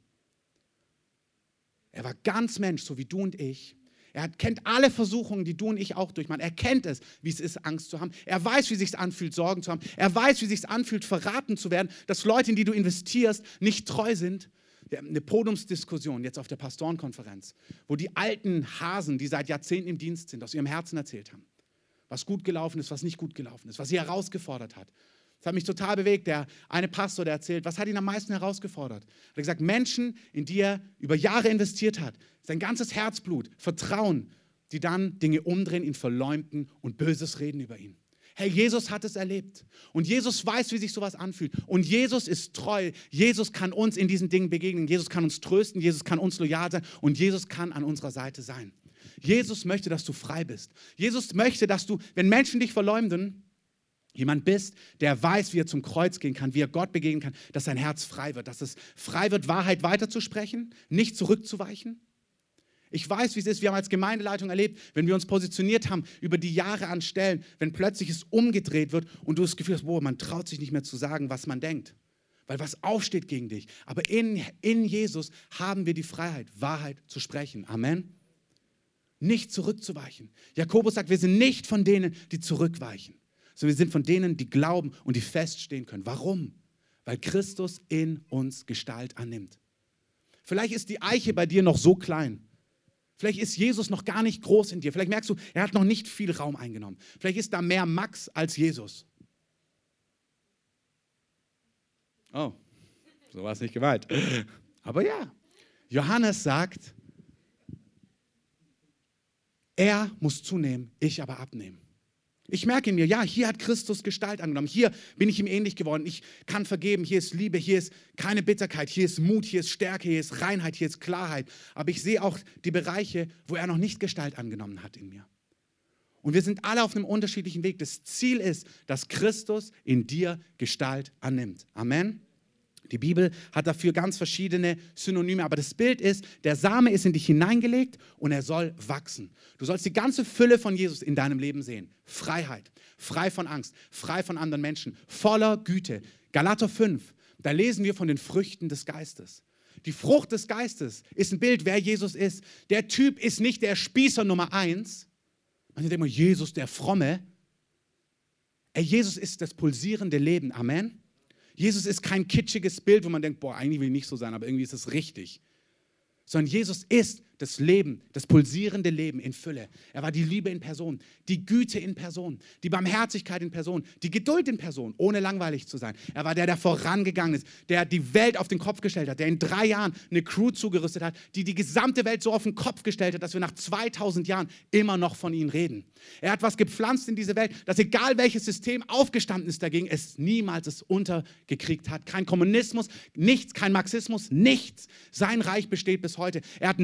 [SPEAKER 1] Er war ganz Mensch, so wie du und ich. Er kennt alle Versuchungen, die du und ich auch durchmachen. Er kennt es, wie es ist, Angst zu haben. Er weiß, wie es sich anfühlt, Sorgen zu haben. Er weiß, wie es sich anfühlt, verraten zu werden, dass Leute, in die du investierst, nicht treu sind. Wir haben eine Podiumsdiskussion jetzt auf der Pastorenkonferenz, wo die alten Hasen, die seit Jahrzehnten im Dienst sind, aus ihrem Herzen erzählt haben, was gut gelaufen ist, was nicht gut gelaufen ist, was sie herausgefordert hat. Das hat mich total bewegt. Der eine Pastor, der erzählt, was hat ihn am meisten herausgefordert? Er hat gesagt, Menschen, in die er über Jahre investiert hat, sein ganzes Herzblut, Vertrauen, die dann Dinge umdrehen, ihn verleumden und Böses reden über ihn. Hey, Jesus hat es erlebt. Und Jesus weiß, wie sich sowas anfühlt. Und Jesus ist treu. Jesus kann uns in diesen Dingen begegnen. Jesus kann uns trösten. Jesus kann uns loyal sein. Und Jesus kann an unserer Seite sein. Jesus möchte, dass du frei bist. Jesus möchte, dass du, wenn Menschen dich verleumden, jemand bist, der weiß, wie er zum Kreuz gehen kann, wie er Gott begegnen kann, dass sein Herz frei wird, dass es frei wird, Wahrheit weiterzusprechen, nicht zurückzuweichen. Ich weiß, wie es ist, wir haben als Gemeindeleitung erlebt, wenn wir uns positioniert haben über die Jahre an Stellen, wenn plötzlich es umgedreht wird und du das Gefühl hast, boah, man traut sich nicht mehr zu sagen, was man denkt, weil was aufsteht gegen dich. Aber in, in Jesus haben wir die Freiheit, Wahrheit zu sprechen. Amen. Nicht zurückzuweichen. Jakobus sagt, wir sind nicht von denen, die zurückweichen, sondern wir sind von denen, die glauben und die feststehen können. Warum? Weil Christus in uns Gestalt annimmt. Vielleicht ist die Eiche bei dir noch so klein. Vielleicht ist Jesus noch gar nicht groß in dir. Vielleicht merkst du, er hat noch nicht viel Raum eingenommen. Vielleicht ist da mehr Max als Jesus. Oh, so war es nicht gemeint. Aber ja, Johannes sagt, er muss zunehmen, ich aber abnehmen. Ich merke in mir, ja, hier hat Christus Gestalt angenommen. Hier bin ich ihm ähnlich geworden. Ich kann vergeben. Hier ist Liebe, hier ist keine Bitterkeit, hier ist Mut, hier ist Stärke, hier ist Reinheit, hier ist Klarheit. Aber ich sehe auch die Bereiche, wo er noch nicht Gestalt angenommen hat in mir. Und wir sind alle auf einem unterschiedlichen Weg. Das Ziel ist, dass Christus in dir Gestalt annimmt. Amen. Die Bibel hat dafür ganz verschiedene Synonyme, aber das Bild ist, der Same ist in dich hineingelegt und er soll wachsen. Du sollst die ganze Fülle von Jesus in deinem Leben sehen. Freiheit, frei von Angst, frei von anderen Menschen, voller Güte. Galater fünf, da lesen wir von den Früchten des Geistes. Die Frucht des Geistes ist ein Bild, wer Jesus ist. Der Typ ist nicht der Spießer Nummer eins. Man denkt immer, Jesus, der Fromme. Ey, Jesus ist das pulsierende Leben. Amen. Jesus ist kein kitschiges Bild, wo man denkt, boah, eigentlich will ich nicht so sein, aber irgendwie ist es richtig. Sondern Jesus ist das Leben, das pulsierende Leben in Fülle. Er war die Liebe in Person, die Güte in Person, die Barmherzigkeit in Person, die Geduld in Person, ohne langweilig zu sein. Er war der, der vorangegangen ist, der die Welt auf den Kopf gestellt hat, der in drei Jahren eine Crew zugerüstet hat, die die gesamte Welt so auf den Kopf gestellt hat, dass wir nach zweitausend Jahren immer noch von ihm reden. Er hat was gepflanzt in diese Welt, dass egal welches System aufgestanden ist dagegen, es niemals es untergekriegt hat. Kein Kommunismus, nichts, kein Marxismus, nichts. Sein Reich besteht bis heute. Er hat einen Nachfolger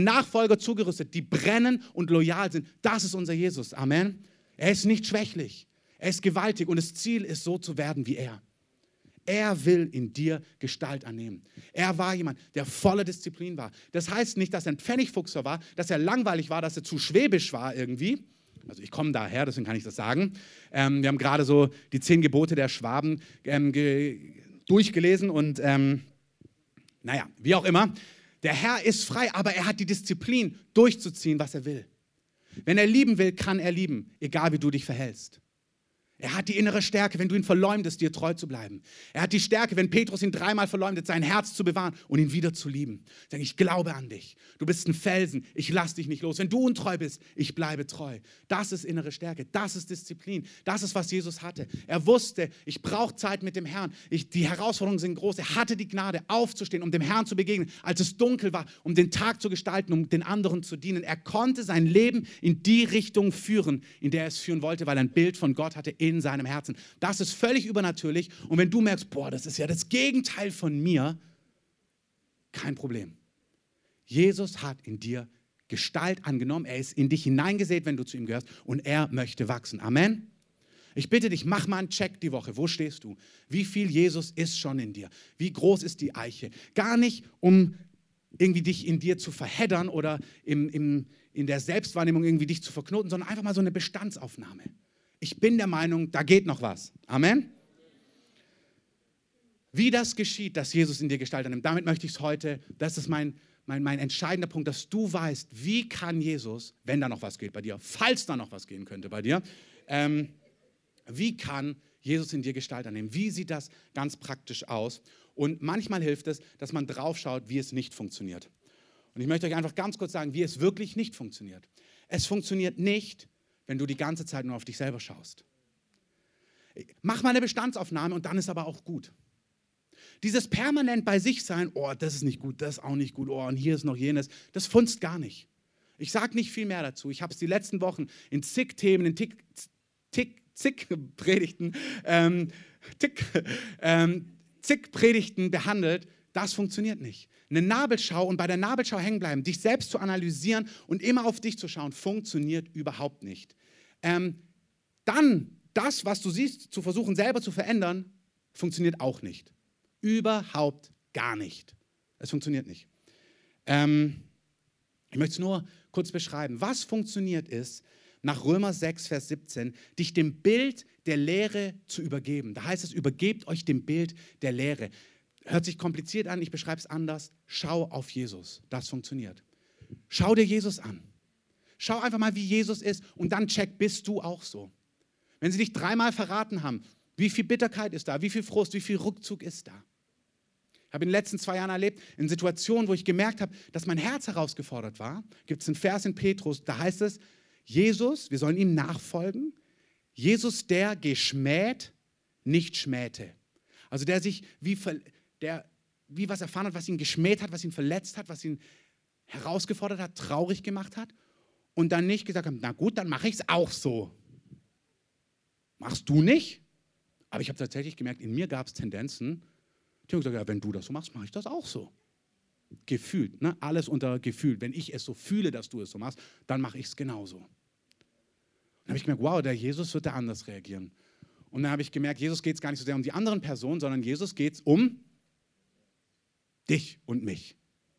[SPEAKER 1] Nachfolger zugerüstet, die brennen und loyal sind. Das ist unser Jesus. Amen. Er ist nicht schwächlich. Er ist gewaltig und das Ziel ist, so zu werden wie er. Er will in dir Gestalt annehmen. Er war jemand, der voller Disziplin war. Das heißt nicht, dass er ein Pfennigfuchser war, dass er langweilig war, dass er zu schwäbisch war irgendwie. Also ich komme daher, deswegen kann ich das sagen. Ähm, wir haben gerade so die zehn Gebote der Schwaben ähm, durchgelesen und ähm, naja, wie auch immer. Der Herr ist frei, aber er hat die Disziplin, durchzuziehen, was er will. Wenn er lieben will, kann er lieben, egal wie du dich verhältst. Er hat die innere Stärke, wenn du ihn verleumdest, dir treu zu bleiben. Er hat die Stärke, wenn Petrus ihn dreimal verleumdet, sein Herz zu bewahren und ihn wieder zu lieben. Sag, ich glaube an dich. Du bist ein Felsen. Ich lasse dich nicht los. Wenn du untreu bist, ich bleibe treu. Das ist innere Stärke. Das ist Disziplin. Das ist, was Jesus hatte. Er wusste, ich brauche Zeit mit dem Herrn. Ich, die Herausforderungen sind groß. Er hatte die Gnade, aufzustehen, um dem Herrn zu begegnen, als es dunkel war, um den Tag zu gestalten, um den anderen zu dienen. Er konnte sein Leben in die Richtung führen, in der er es führen wollte, weil er ein Bild von Gott hatte in seinem Herzen. Das ist völlig übernatürlich. Und wenn du merkst, boah, das ist ja das Gegenteil von mir, kein Problem. Jesus hat in dir Gestalt angenommen. Er ist in dich hineingesät, wenn du zu ihm gehörst. Und er möchte wachsen. Amen. Ich bitte dich, mach mal einen Check die Woche. Wo stehst du? Wie viel Jesus ist schon in dir? Wie groß ist die Eiche? Gar nicht, um irgendwie dich in dir zu verheddern oder im, im, in der Selbstwahrnehmung irgendwie dich zu verknoten, sondern einfach mal so eine Bestandsaufnahme. Ich bin der Meinung, da geht noch was. Amen. Wie das geschieht, dass Jesus in dir Gestalt annimmt, damit möchte ich es heute, das ist mein, mein, mein entscheidender Punkt, dass du weißt, wie kann Jesus, wenn da noch was geht bei dir, falls da noch was gehen könnte bei dir, ähm, wie kann Jesus in dir Gestalt annehmen? Wie sieht das ganz praktisch aus? Und manchmal hilft es, dass man drauf schaut, wie es nicht funktioniert. Und ich möchte euch einfach ganz kurz sagen, wie es wirklich nicht funktioniert. Es funktioniert nicht, wenn du die ganze Zeit nur auf dich selber schaust. Mach mal eine Bestandsaufnahme und dann ist aber auch gut. Dieses permanent bei sich sein, oh, das ist nicht gut, das ist auch nicht gut, oh, und hier ist noch jenes, das funzt gar nicht. Ich sage nicht viel mehr dazu. Ich habe es die letzten Wochen in zig Themen, in tick, tick, zig Predigten, ähm, tick, ähm, zig Predigten behandelt. Das funktioniert nicht. Eine Nabelschau und bei der Nabelschau hängen bleiben, dich selbst zu analysieren und immer auf dich zu schauen, funktioniert überhaupt nicht. Ähm, dann das, was du siehst, zu versuchen selber zu verändern, funktioniert auch nicht. Überhaupt gar nicht. Es funktioniert nicht. Ähm, ich möchte es nur kurz beschreiben. Was funktioniert ist, nach Römer sechs, Vers siebzehn, dich dem Bild der Lehre zu übergeben. Da heißt es, übergebt euch dem Bild der Lehre. Hört sich kompliziert an, ich beschreibe es anders. Schau auf Jesus, das funktioniert. Schau dir Jesus an. Schau einfach mal, wie Jesus ist und dann check, bist du auch so. Wenn sie dich dreimal verraten haben, wie viel Bitterkeit ist da, wie viel Frust, wie viel Rückzug ist da. Ich habe in den letzten zwei Jahren erlebt, in Situationen, wo ich gemerkt habe, dass mein Herz herausgefordert war, gibt es einen Vers in Petrus, da heißt es, Jesus, wir sollen ihm nachfolgen, Jesus, der geschmäht, nicht schmähte. Also der sich wie, der, wie was erfahren hat, was ihn geschmäht hat, was ihn verletzt hat, was ihn herausgefordert hat, traurig gemacht hat und dann nicht gesagt hat, na gut, dann mache ich es auch so. Machst du nicht? Aber ich habe tatsächlich gemerkt, in mir gab es Tendenzen, die haben gesagt, ja, wenn du das so machst, mache ich das auch so. Gefühlt, ne? Alles unter Gefühl. Wenn ich es so fühle, dass du es so machst, dann mache ich es genauso. Dann habe ich gemerkt, wow, der Jesus wird da anders reagieren. Und dann habe ich gemerkt, Jesus geht es gar nicht so sehr um die anderen Personen, sondern Jesus geht es um dich und mich.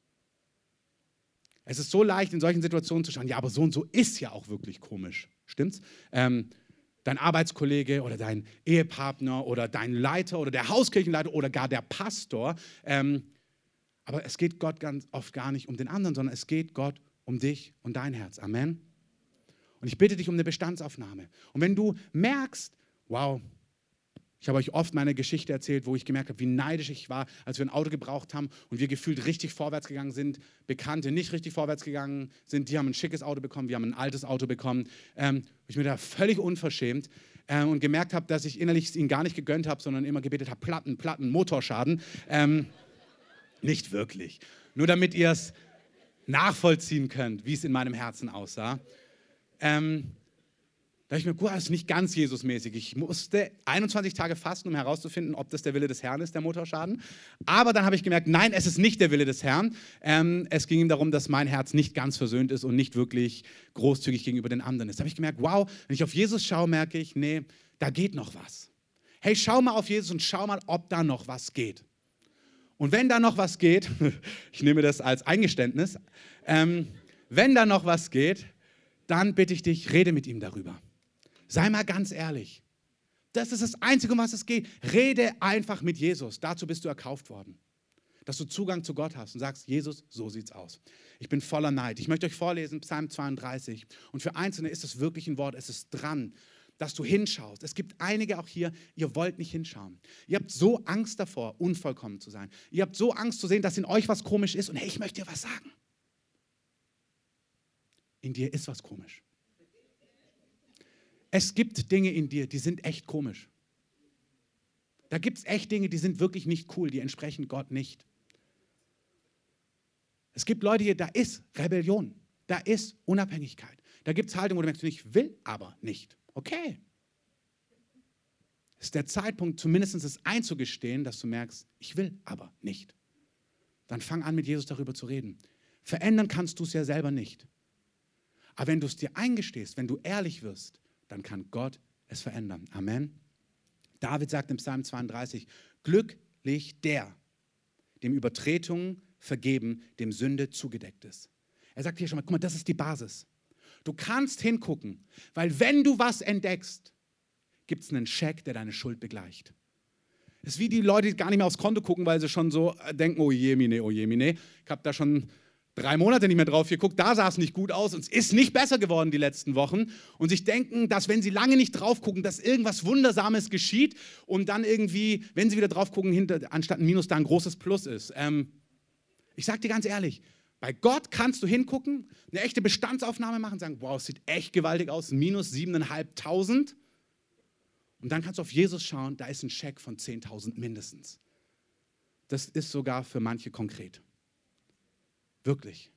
[SPEAKER 1] Es ist so leicht, in solchen Situationen zu schauen, ja, aber so und so ist ja auch wirklich komisch. Stimmt's? Ähm, dein Arbeitskollege oder dein Ehepartner oder dein Leiter oder der Hauskirchenleiter oder gar der Pastor. Ähm, aber es geht Gott ganz oft gar nicht um den anderen, sondern es geht Gott um dich und dein Herz. Amen. Und ich bitte dich um eine Bestandsaufnahme. Und wenn du merkst, wow, ich habe euch oft meine Geschichte erzählt, wo ich gemerkt habe, wie neidisch ich war, als wir ein Auto gebraucht haben und wir gefühlt richtig vorwärts gegangen sind. Bekannte nicht richtig vorwärts gegangen sind, die haben ein schickes Auto bekommen, wir haben ein altes Auto bekommen. Ähm, ich bin da völlig unverschämt ähm, und gemerkt habe, dass ich innerlich es ihnen gar nicht gegönnt habe, sondern immer gebetet habe, Platten, Platten, Motorschaden. Ähm, nicht wirklich. Nur damit ihr es nachvollziehen könnt, wie es in meinem Herzen aussah. Ähm, Da ich mir, gut, das ist nicht ganz Jesusmäßig. Ich musste einundzwanzig Tage fasten, um herauszufinden, ob das der Wille des Herrn ist, der Motorschaden. Aber dann habe ich gemerkt, nein, es ist nicht der Wille des Herrn. Ähm, es ging ihm darum, dass mein Herz nicht ganz versöhnt ist und nicht wirklich großzügig gegenüber den anderen ist. Da habe ich gemerkt, wow, wenn ich auf Jesus schaue, merke ich, nee, da geht noch was. Hey, schau mal auf Jesus und schau mal, ob da noch was geht. Und wenn da noch was geht, ich nehme das als Eingeständnis, ähm, wenn da noch was geht, dann bitte ich dich, rede mit ihm darüber. Sei mal ganz ehrlich. Das ist das Einzige, um was es geht. Rede einfach mit Jesus. Dazu bist du erkauft worden. Dass du Zugang zu Gott hast und sagst, Jesus, so sieht's aus. Ich bin voller Neid. Ich möchte euch vorlesen, Psalm zweiunddreißig. Und für Einzelne ist es wirklich ein Wort, es ist dran, dass du hinschaust. Es gibt einige auch hier, ihr wollt nicht hinschauen. Ihr habt so Angst davor, unvollkommen zu sein. Ihr habt so Angst zu sehen, dass in euch was komisch ist. Und hey, ich möchte dir was sagen. In dir ist was komisch. Es gibt Dinge in dir, die sind echt komisch. Da gibt es echt Dinge, die sind wirklich nicht cool, die entsprechen Gott nicht. Es gibt Leute hier, da ist Rebellion, da ist Unabhängigkeit. Da gibt es Haltung, wo du merkst, ich will aber nicht. Okay. Es ist der Zeitpunkt, zumindest es einzugestehen, dass du merkst, ich will aber nicht. Dann fang an, mit Jesus darüber zu reden. Verändern kannst du es ja selber nicht. Aber wenn du es dir eingestehst, wenn du ehrlich wirst, dann kann Gott es verändern. Amen. David sagt im Psalm zweiunddreißig, glücklich der, dem Übertretungen vergeben, dem Sünde zugedeckt ist. Er sagt hier schon mal, guck mal, das ist die Basis. Du kannst hingucken, weil wenn du was entdeckst, gibt es einen Scheck, der deine Schuld begleicht. Es ist wie die Leute, die gar nicht mehr aufs Konto gucken, weil sie schon so denken, oh je, mine, oh je, mine. Ich habe da schon drei Monate nicht mehr drauf geguckt, da sah es nicht gut aus und es ist nicht besser geworden die letzten Wochen und sich denken, dass wenn sie lange nicht drauf gucken, dass irgendwas Wundersames geschieht und dann irgendwie, wenn sie wieder drauf gucken, hinter, anstatt ein Minus da ein großes Plus ist. Ähm, ich sage dir ganz ehrlich, bei Gott kannst du hingucken, eine echte Bestandsaufnahme machen, sagen, wow, es sieht echt gewaltig aus, minus siebentausendfünfhundert und dann kannst du auf Jesus schauen, da ist ein Scheck von zehntausend mindestens. Das ist sogar für manche konkret. Wirklich.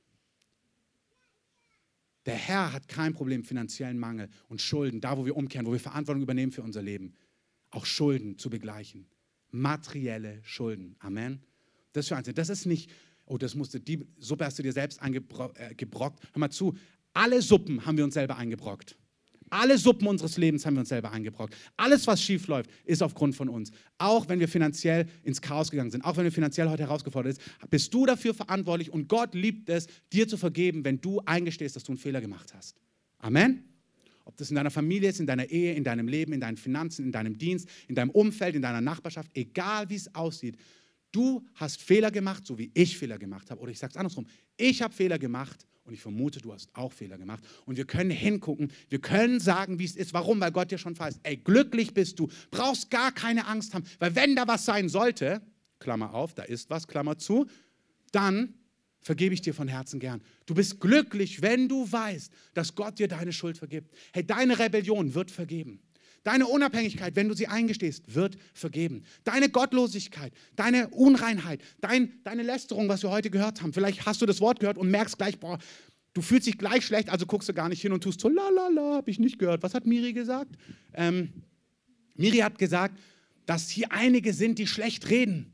[SPEAKER 1] Der Herr hat kein Problem mit finanziellen Mangel und Schulden, da wo wir umkehren, wo wir Verantwortung übernehmen für unser Leben, auch Schulden zu begleichen. Materielle Schulden. Amen. Das für Einzelne. Das ist nicht, oh, das musste die Suppe hast du dir selbst eingebrockt. Hör mal zu, alle Suppen haben wir uns selber eingebrockt. Alle Suppen unseres Lebens haben wir uns selber eingebrockt. Alles, was schief läuft, ist aufgrund von uns. Auch wenn wir finanziell ins Chaos gegangen sind, auch wenn wir finanziell heute herausgefordert sind, bist du dafür verantwortlich und Gott liebt es, dir zu vergeben, wenn du eingestehst, dass du einen Fehler gemacht hast. Amen. Ob das in deiner Familie ist, in deiner Ehe, in deinem Leben, in deinen Finanzen, in deinem Dienst, in deinem Umfeld, in deiner Nachbarschaft, egal wie es aussieht, du hast Fehler gemacht, so wie ich Fehler gemacht habe. Oder ich sage es andersrum, ich habe Fehler gemacht. Und ich vermute, du hast auch Fehler gemacht. Und wir können hingucken, wir können sagen, wie es ist. Warum? Weil Gott dir schon verheißt, ey, glücklich bist du, brauchst gar keine Angst haben. Weil wenn da was sein sollte, Klammer auf, da ist was, Klammer zu, dann vergebe ich dir von Herzen gern. Du bist glücklich, wenn du weißt, dass Gott dir deine Schuld vergibt. Hey, deine Rebellion wird vergeben. Deine Unabhängigkeit, wenn du sie eingestehst, wird vergeben. Deine Gottlosigkeit, deine Unreinheit, dein, deine Lästerung, was wir heute gehört haben. Vielleicht hast du das Wort gehört und merkst gleich, boah, du fühlst dich gleich schlecht, also guckst du gar nicht hin und tust so, la la la, habe ich nicht gehört. Was hat Miri gesagt? Ähm, Miri hat gesagt, dass hier einige sind, die schlecht reden.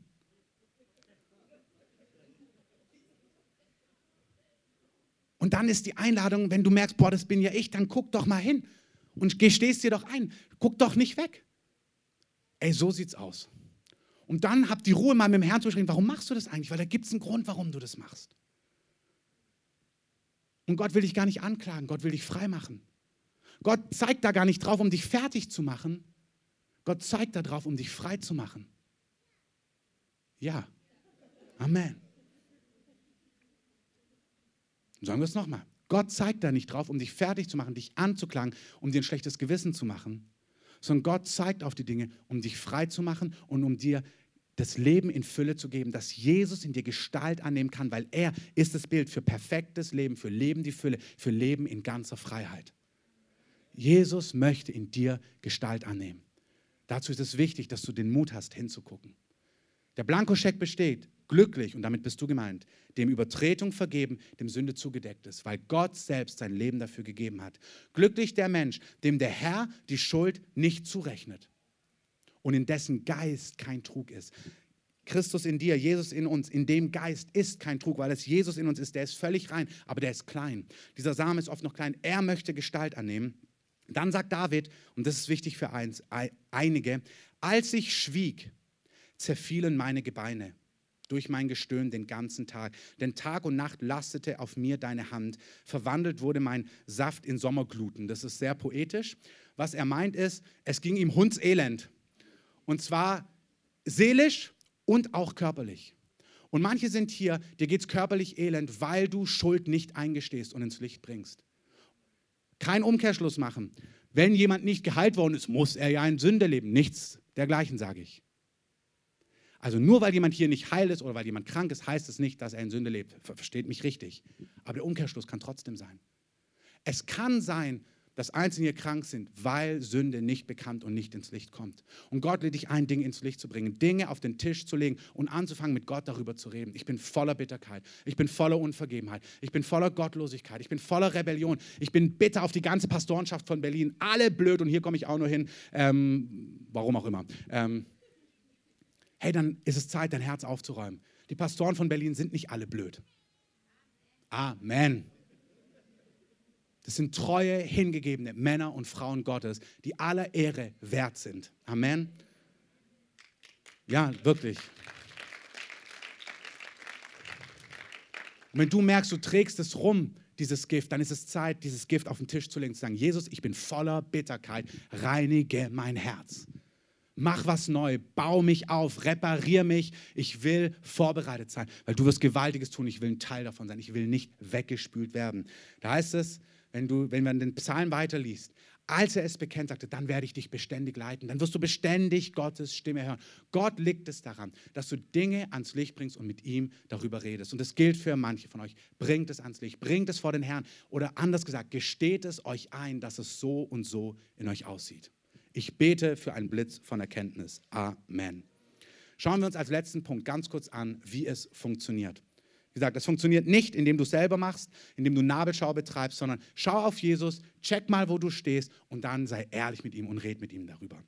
[SPEAKER 1] Und dann ist die Einladung, wenn du merkst, boah, das bin ja ich, dann guck doch mal hin. Und gestehst dir doch ein. Guck doch nicht weg. Ey, so sieht's aus. Und dann habt die Ruhe, mal mit dem Herrn zu sprechen, warum machst du das eigentlich? Weil da gibt es einen Grund, warum du das machst. Und Gott will dich gar nicht anklagen. Gott will dich frei machen. Gott zeigt da gar nicht drauf, um dich fertig zu machen. Gott zeigt da drauf, um dich frei zu machen. Ja. Amen. Sagen wir es nochmal. Gott zeigt da nicht drauf, um dich fertig zu machen, dich anzuklagen, um dir ein schlechtes Gewissen zu machen, sondern Gott zeigt auf die Dinge, um dich frei zu machen und um dir das Leben in Fülle zu geben, dass Jesus in dir Gestalt annehmen kann, weil er ist das Bild für perfektes Leben, für Leben die Fülle, für Leben in ganzer Freiheit. Jesus möchte in dir Gestalt annehmen. Dazu ist es wichtig, dass du den Mut hast, hinzugucken. Der Blankoscheck besteht, Glücklich, und damit bist du gemeint, dem Übertretung vergeben, dem Sünde zugedeckt ist, weil Gott selbst sein Leben dafür gegeben hat. Glücklich der Mensch, dem der Herr die Schuld nicht zurechnet und in dessen Geist kein Trug ist. Christus in dir, Jesus in uns, in dem Geist ist kein Trug, weil es Jesus in uns ist, der ist völlig rein, aber der ist klein. Dieser Same ist oft noch klein, er möchte Gestalt annehmen. Dann sagt David, und das ist wichtig für eins, einige, als ich schwieg, zerfielen meine Gebeine durch mein Gestöhn den ganzen Tag. Denn Tag und Nacht lastete auf mir deine Hand. Verwandelt wurde mein Saft in Sommergluten. Das ist sehr poetisch. Was er meint ist, es ging ihm hundselend. Und zwar seelisch und auch körperlich. Und manche sind hier, dir geht es körperlich elend, weil du Schuld nicht eingestehst und ins Licht bringst. Kein Umkehrschluss machen. Wenn jemand nicht geheilt worden ist, muss er ja in Sünde leben. Nichts dergleichen, sage ich. Also nur weil jemand hier nicht heil ist oder weil jemand krank ist, heißt es nicht, dass er in Sünde lebt. Versteht mich richtig. Aber der Umkehrschluss kann trotzdem sein. Es kann sein, dass Einzelne hier krank sind, weil Sünde nicht bekannt und nicht ins Licht kommt. Und Gott lädt dich ein, Dinge ins Licht zu bringen, Dinge auf den Tisch zu legen und anzufangen, mit Gott darüber zu reden. Ich bin voller Bitterkeit, ich bin voller Unvergebenheit, ich bin voller Gottlosigkeit, ich bin voller Rebellion, ich bin bitter auf die ganze Pastorenschaft von Berlin, alle blöd und hier komme ich auch nur hin, ähm, warum auch immer. Ähm, Hey, dann ist es Zeit, dein Herz aufzuräumen. Die Pastoren von Berlin sind nicht alle blöd. Amen. Das sind treue, hingegebene Männer und Frauen Gottes, die aller Ehre wert sind. Amen. Ja, wirklich. Und wenn du merkst, du trägst es rum, dieses Gift, dann ist es Zeit, dieses Gift auf den Tisch zu legen und zu sagen, Jesus, ich bin voller Bitterkeit, reinige mein Herz. Mach was neu, bau mich auf, reparier mich. Ich will vorbereitet sein, weil du wirst Gewaltiges tun. Ich will ein Teil davon sein. Ich will nicht weggespült werden. Da heißt es, wenn, du, wenn man den Psalm weiterliest, als er es bekennt, sagte, dann werde ich dich beständig leiten. Dann wirst du beständig Gottes Stimme hören. Gott liegt es daran, dass du Dinge ans Licht bringst und mit ihm darüber redest. Und das gilt für manche von euch. Bringt es ans Licht, bringt es vor den Herrn. Oder anders gesagt, gesteht es euch ein, dass es so und so in euch aussieht. Ich bete für einen Blitz von Erkenntnis. Amen. Schauen wir uns als letzten Punkt ganz kurz an, wie es funktioniert. Wie gesagt, es funktioniert nicht, indem du es selber machst, indem du Nabelschau betreibst, sondern schau auf Jesus, check mal, wo du stehst und dann sei ehrlich mit ihm und red mit ihm darüber.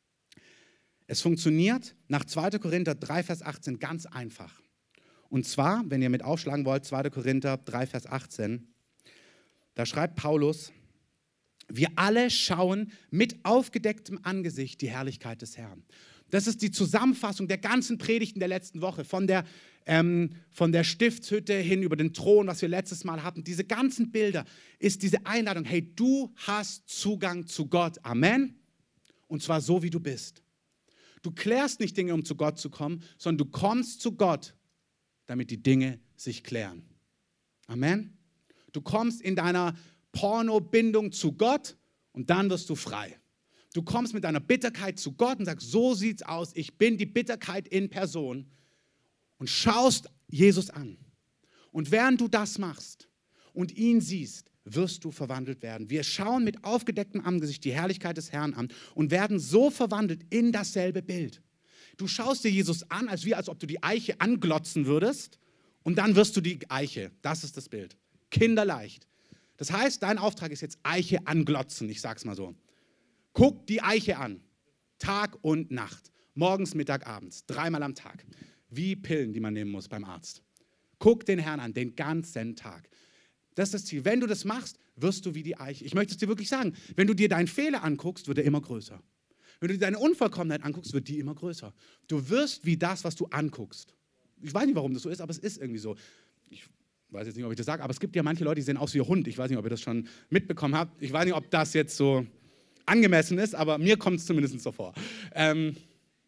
[SPEAKER 1] Es funktioniert nach zweiter Korinther drei, Vers achtzehn ganz einfach. Und zwar, wenn ihr mit aufschlagen wollt, zweiter Korinther drei, Vers achtzehn, da schreibt Paulus, wir alle schauen mit aufgedecktem Angesicht die Herrlichkeit des Herrn. Das ist die Zusammenfassung der ganzen Predigten der letzten Woche, von der, ähm, von der Stiftshütte hin über den Thron, was wir letztes Mal hatten. Diese ganzen Bilder ist diese Einladung, hey, du hast Zugang zu Gott. Amen. Und zwar so, wie du bist. Du klärst nicht Dinge, um zu Gott zu kommen, sondern du kommst zu Gott, damit die Dinge sich klären. Amen. Du kommst in deiner Porno-Bindung zu Gott und dann wirst du frei. Du kommst mit deiner Bitterkeit zu Gott und sagst, so sieht's aus, ich bin die Bitterkeit in Person und schaust Jesus an. Und während du das machst und ihn siehst, wirst du verwandelt werden. Wir schauen mit aufgedecktem Angesicht die Herrlichkeit des Herrn an und werden so verwandelt in dasselbe Bild. Du schaust dir Jesus an, als wie als ob du die Eiche anglotzen würdest und dann wirst du die Eiche. Das ist das Bild. Kinderleicht. Das heißt, dein Auftrag ist jetzt Eiche anglotzen, ich sag's mal so. Guck die Eiche an, Tag und Nacht, morgens, Mittag, abends, dreimal am Tag, wie Pillen, die man nehmen muss beim Arzt. Guck den Herrn an, den ganzen Tag. Das ist das Ziel. Wenn du das machst, wirst du wie die Eiche. Ich möchte es dir wirklich sagen, wenn du dir deinen Fehler anguckst, wird er immer größer. Wenn du dir deine Unvollkommenheit anguckst, wird die immer größer. Du wirst wie das, was du anguckst. Ich weiß nicht, warum das so ist, aber es ist irgendwie so. Ich Ich weiß jetzt nicht, ob ich das sage, aber es gibt ja manche Leute, die sehen aus wie ein Hund. Ich weiß nicht, ob ihr das schon mitbekommen habt. Ich weiß nicht, ob das jetzt so angemessen ist, aber mir kommt es zumindest so vor. Ähm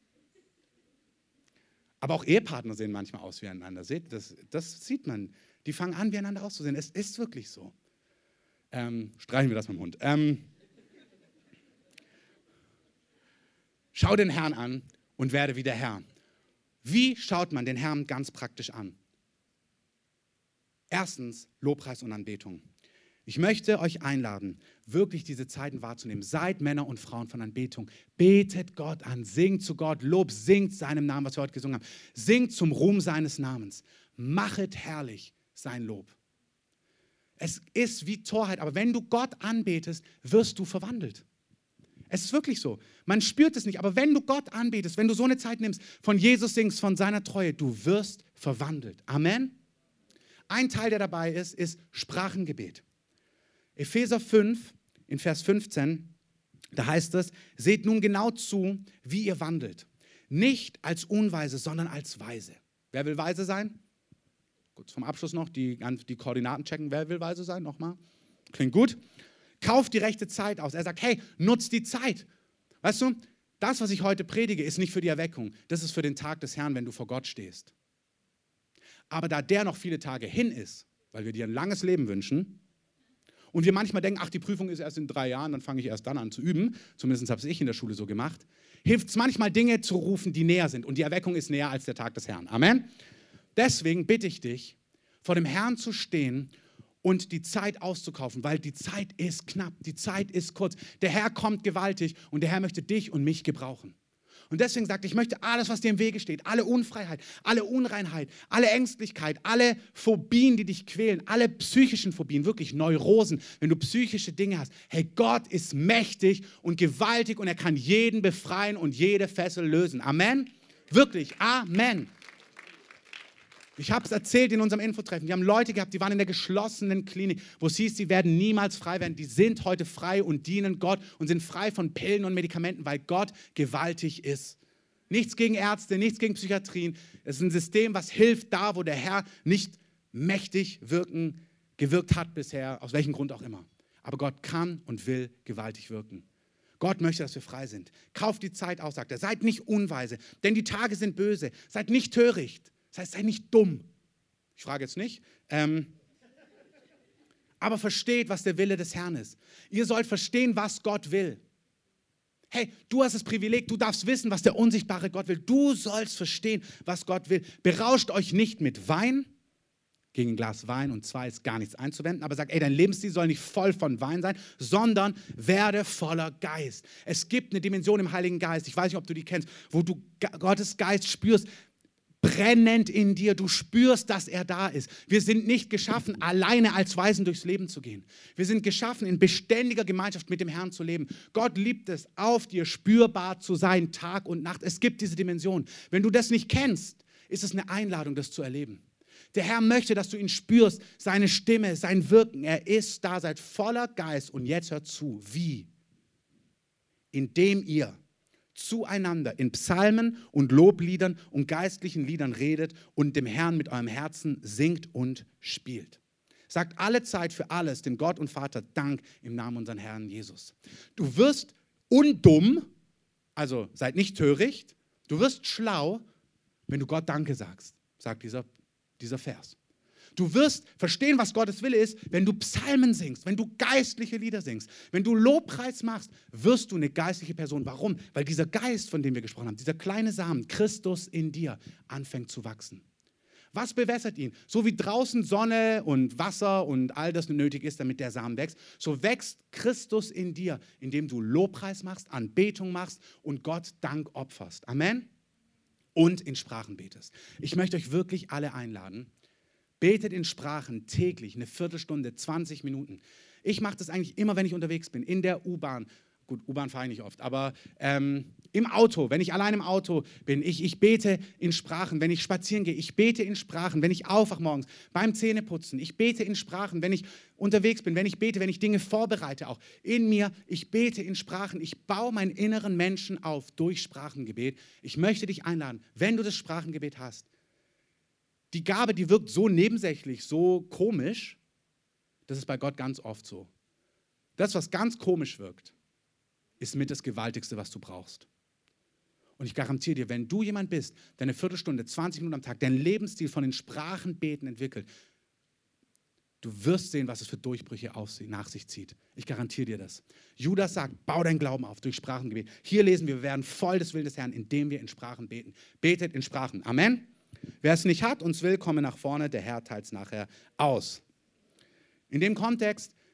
[SPEAKER 1] aber auch Ehepartner sehen manchmal aus wie einander. Seht, das, das sieht man. Die fangen an, wie einander auszusehen. Es ist wirklich so. Ähm, streichen wir das mit dem Hund. Ähm Schau den Herrn an und werde wie der Herr. Wie schaut man den Herrn ganz praktisch an? Erstens, Lobpreis und Anbetung. Ich möchte euch einladen, wirklich diese Zeiten wahrzunehmen. Seid Männer und Frauen von Anbetung. Betet Gott an, singt zu Gott, Lob, singt seinem Namen, was wir heute gesungen haben. Singt zum Ruhm seines Namens. Machet herrlich sein Lob. Es ist wie Torheit, aber wenn du Gott anbetest, wirst du verwandelt. Es ist wirklich so. Man spürt es nicht, aber wenn du Gott anbetest, wenn du so eine Zeit nimmst, von Jesus singst, von seiner Treue, du wirst verwandelt. Amen. Ein Teil, der dabei ist, ist Sprachengebet. Epheser fünf, in Vers fünfzehn, da heißt es, seht nun genau zu, wie ihr wandelt. Nicht als Unweise, sondern als Weise. Wer will weise sein? Gut, zum Abschluss noch die, die Koordinaten checken. Wer will weise sein? Nochmal. Klingt gut. Kauft die rechte Zeit aus. Er sagt, hey, nutzt die Zeit. Weißt du, das, was ich heute predige, ist nicht für die Erweckung. Das ist für den Tag des Herrn, wenn du vor Gott stehst. Aber da der noch viele Tage hin ist, weil wir dir ein langes Leben wünschen, und wir manchmal denken, ach, die Prüfung ist erst in drei Jahren, dann fange ich erst dann an zu üben, zumindest habe ich in der Schule so gemacht, hilft es manchmal, Dinge zu rufen, die näher sind. Und die Erweckung ist näher als der Tag des Herrn. Amen. Deswegen bitte ich dich, vor dem Herrn zu stehen und die Zeit auszukaufen, weil die Zeit ist knapp, die Zeit ist kurz. Der Herr kommt gewaltig und der Herr möchte dich und mich gebrauchen. Und deswegen sagt er, ich möchte alles, was dir im Wege steht, alle Unfreiheit, alle Unreinheit, alle Ängstlichkeit, alle Phobien, die dich quälen, alle psychischen Phobien, wirklich Neurosen, wenn du psychische Dinge hast. Hey, Gott ist mächtig und gewaltig und er kann jeden befreien und jede Fessel lösen. Amen? Wirklich, Amen. Ich habe es erzählt in unserem Infotreffen. Wir haben Leute gehabt, die waren in der geschlossenen Klinik, wo es hieß, sie werden niemals frei werden. Die sind heute frei und dienen Gott und sind frei von Pillen und Medikamenten, weil Gott gewaltig ist. Nichts gegen Ärzte, nichts gegen Psychiatrien. Es ist ein System, was hilft da, wo der Herr nicht mächtig wirken, gewirkt hat bisher, aus welchem Grund auch immer. Aber Gott kann und will gewaltig wirken. Gott möchte, dass wir frei sind. Kauft die Zeit aus, sagt er. Seid nicht unweise, denn die Tage sind böse. Seid nicht töricht. Das heißt, sei nicht dumm. Ich frage jetzt nicht. Ähm, aber versteht, was der Wille des Herrn ist. Ihr sollt verstehen, was Gott will. Hey, du hast das Privileg, du darfst wissen, was der unsichtbare Gott will. Du sollst verstehen, was Gott will. Berauscht euch nicht mit Wein. Gegen ein Glas Wein und zwei ist gar nichts einzuwenden. Aber sag, ey, dein Lebensstil soll nicht voll von Wein sein, sondern werde voller Geist. Es gibt eine Dimension im Heiligen Geist, ich weiß nicht, ob du die kennst, wo du Gottes Geist spürst, brennend in dir. Du spürst, dass er da ist. Wir sind nicht geschaffen, alleine als Weisen durchs Leben zu gehen. Wir sind geschaffen, in beständiger Gemeinschaft mit dem Herrn zu leben. Gott liebt es, auf dir spürbar zu sein, Tag und Nacht. Es gibt diese Dimension. Wenn du das nicht kennst, ist es eine Einladung, das zu erleben. Der Herr möchte, dass du ihn spürst, seine Stimme, sein Wirken. Er ist da, seid voller Geist. Und jetzt hört zu. Wie? Indem ihr zueinander in Psalmen und Lobliedern und geistlichen Liedern redet und dem Herrn mit eurem Herzen singt und spielt. Sagt alle Zeit für alles dem Gott und Vater Dank im Namen unseres Herrn Jesus. Du wirst undumm, also seid nicht töricht, du wirst schlau, wenn du Gott Danke sagst, sagt dieser, dieser Vers. Du wirst verstehen, was Gottes Wille ist, wenn du Psalmen singst, wenn du geistliche Lieder singst. Wenn du Lobpreis machst, wirst du eine geistliche Person. Warum? Weil dieser Geist, von dem wir gesprochen haben, dieser kleine Samen, Christus in dir, anfängt zu wachsen. Was bewässert ihn? So wie draußen Sonne und Wasser und all das nötig ist, damit der Samen wächst, so wächst Christus in dir, indem du Lobpreis machst, Anbetung machst und Gott Dank opferst. Amen? Und in Sprachen betest. Ich möchte euch wirklich alle einladen, betet in Sprachen täglich, eine Viertelstunde, zwanzig Minuten. Ich mache das eigentlich immer, wenn ich unterwegs bin, in der U-Bahn. Gut, U-Bahn fahre ich nicht oft, aber ähm, im Auto, wenn ich allein im Auto bin, ich, ich bete in Sprachen. Wenn ich spazieren gehe, ich bete in Sprachen. Wenn ich aufwache morgens, beim Zähneputzen, ich bete in Sprachen. Wenn ich unterwegs bin, wenn ich bete, wenn ich Dinge vorbereite, auch in mir, ich bete in Sprachen. Ich baue meinen inneren Menschen auf durch Sprachengebet. Ich möchte dich einladen, wenn du das Sprachengebet hast, die Gabe, die wirkt so nebensächlich, so komisch, das ist bei Gott ganz oft so. Das, was ganz komisch wirkt, ist mit das Gewaltigste, was du brauchst. Und ich garantiere dir, wenn du jemand bist, der eine Viertelstunde, zwanzig Minuten am Tag, deinen Lebensstil von den Sprachenbeten entwickelt, du wirst sehen, was es für Durchbrüche auf, nach sich zieht. Ich garantiere dir das. Judas sagt, bau deinen Glauben auf durch Sprachengebet. Hier lesen wir, wir werden voll des Willens des Herrn, indem wir in Sprachen beten. Betet in Sprachen. Amen. Wer es nicht hat, uns will, komme nach vorne, der Herr teilt es nachher aus. In dem Kontext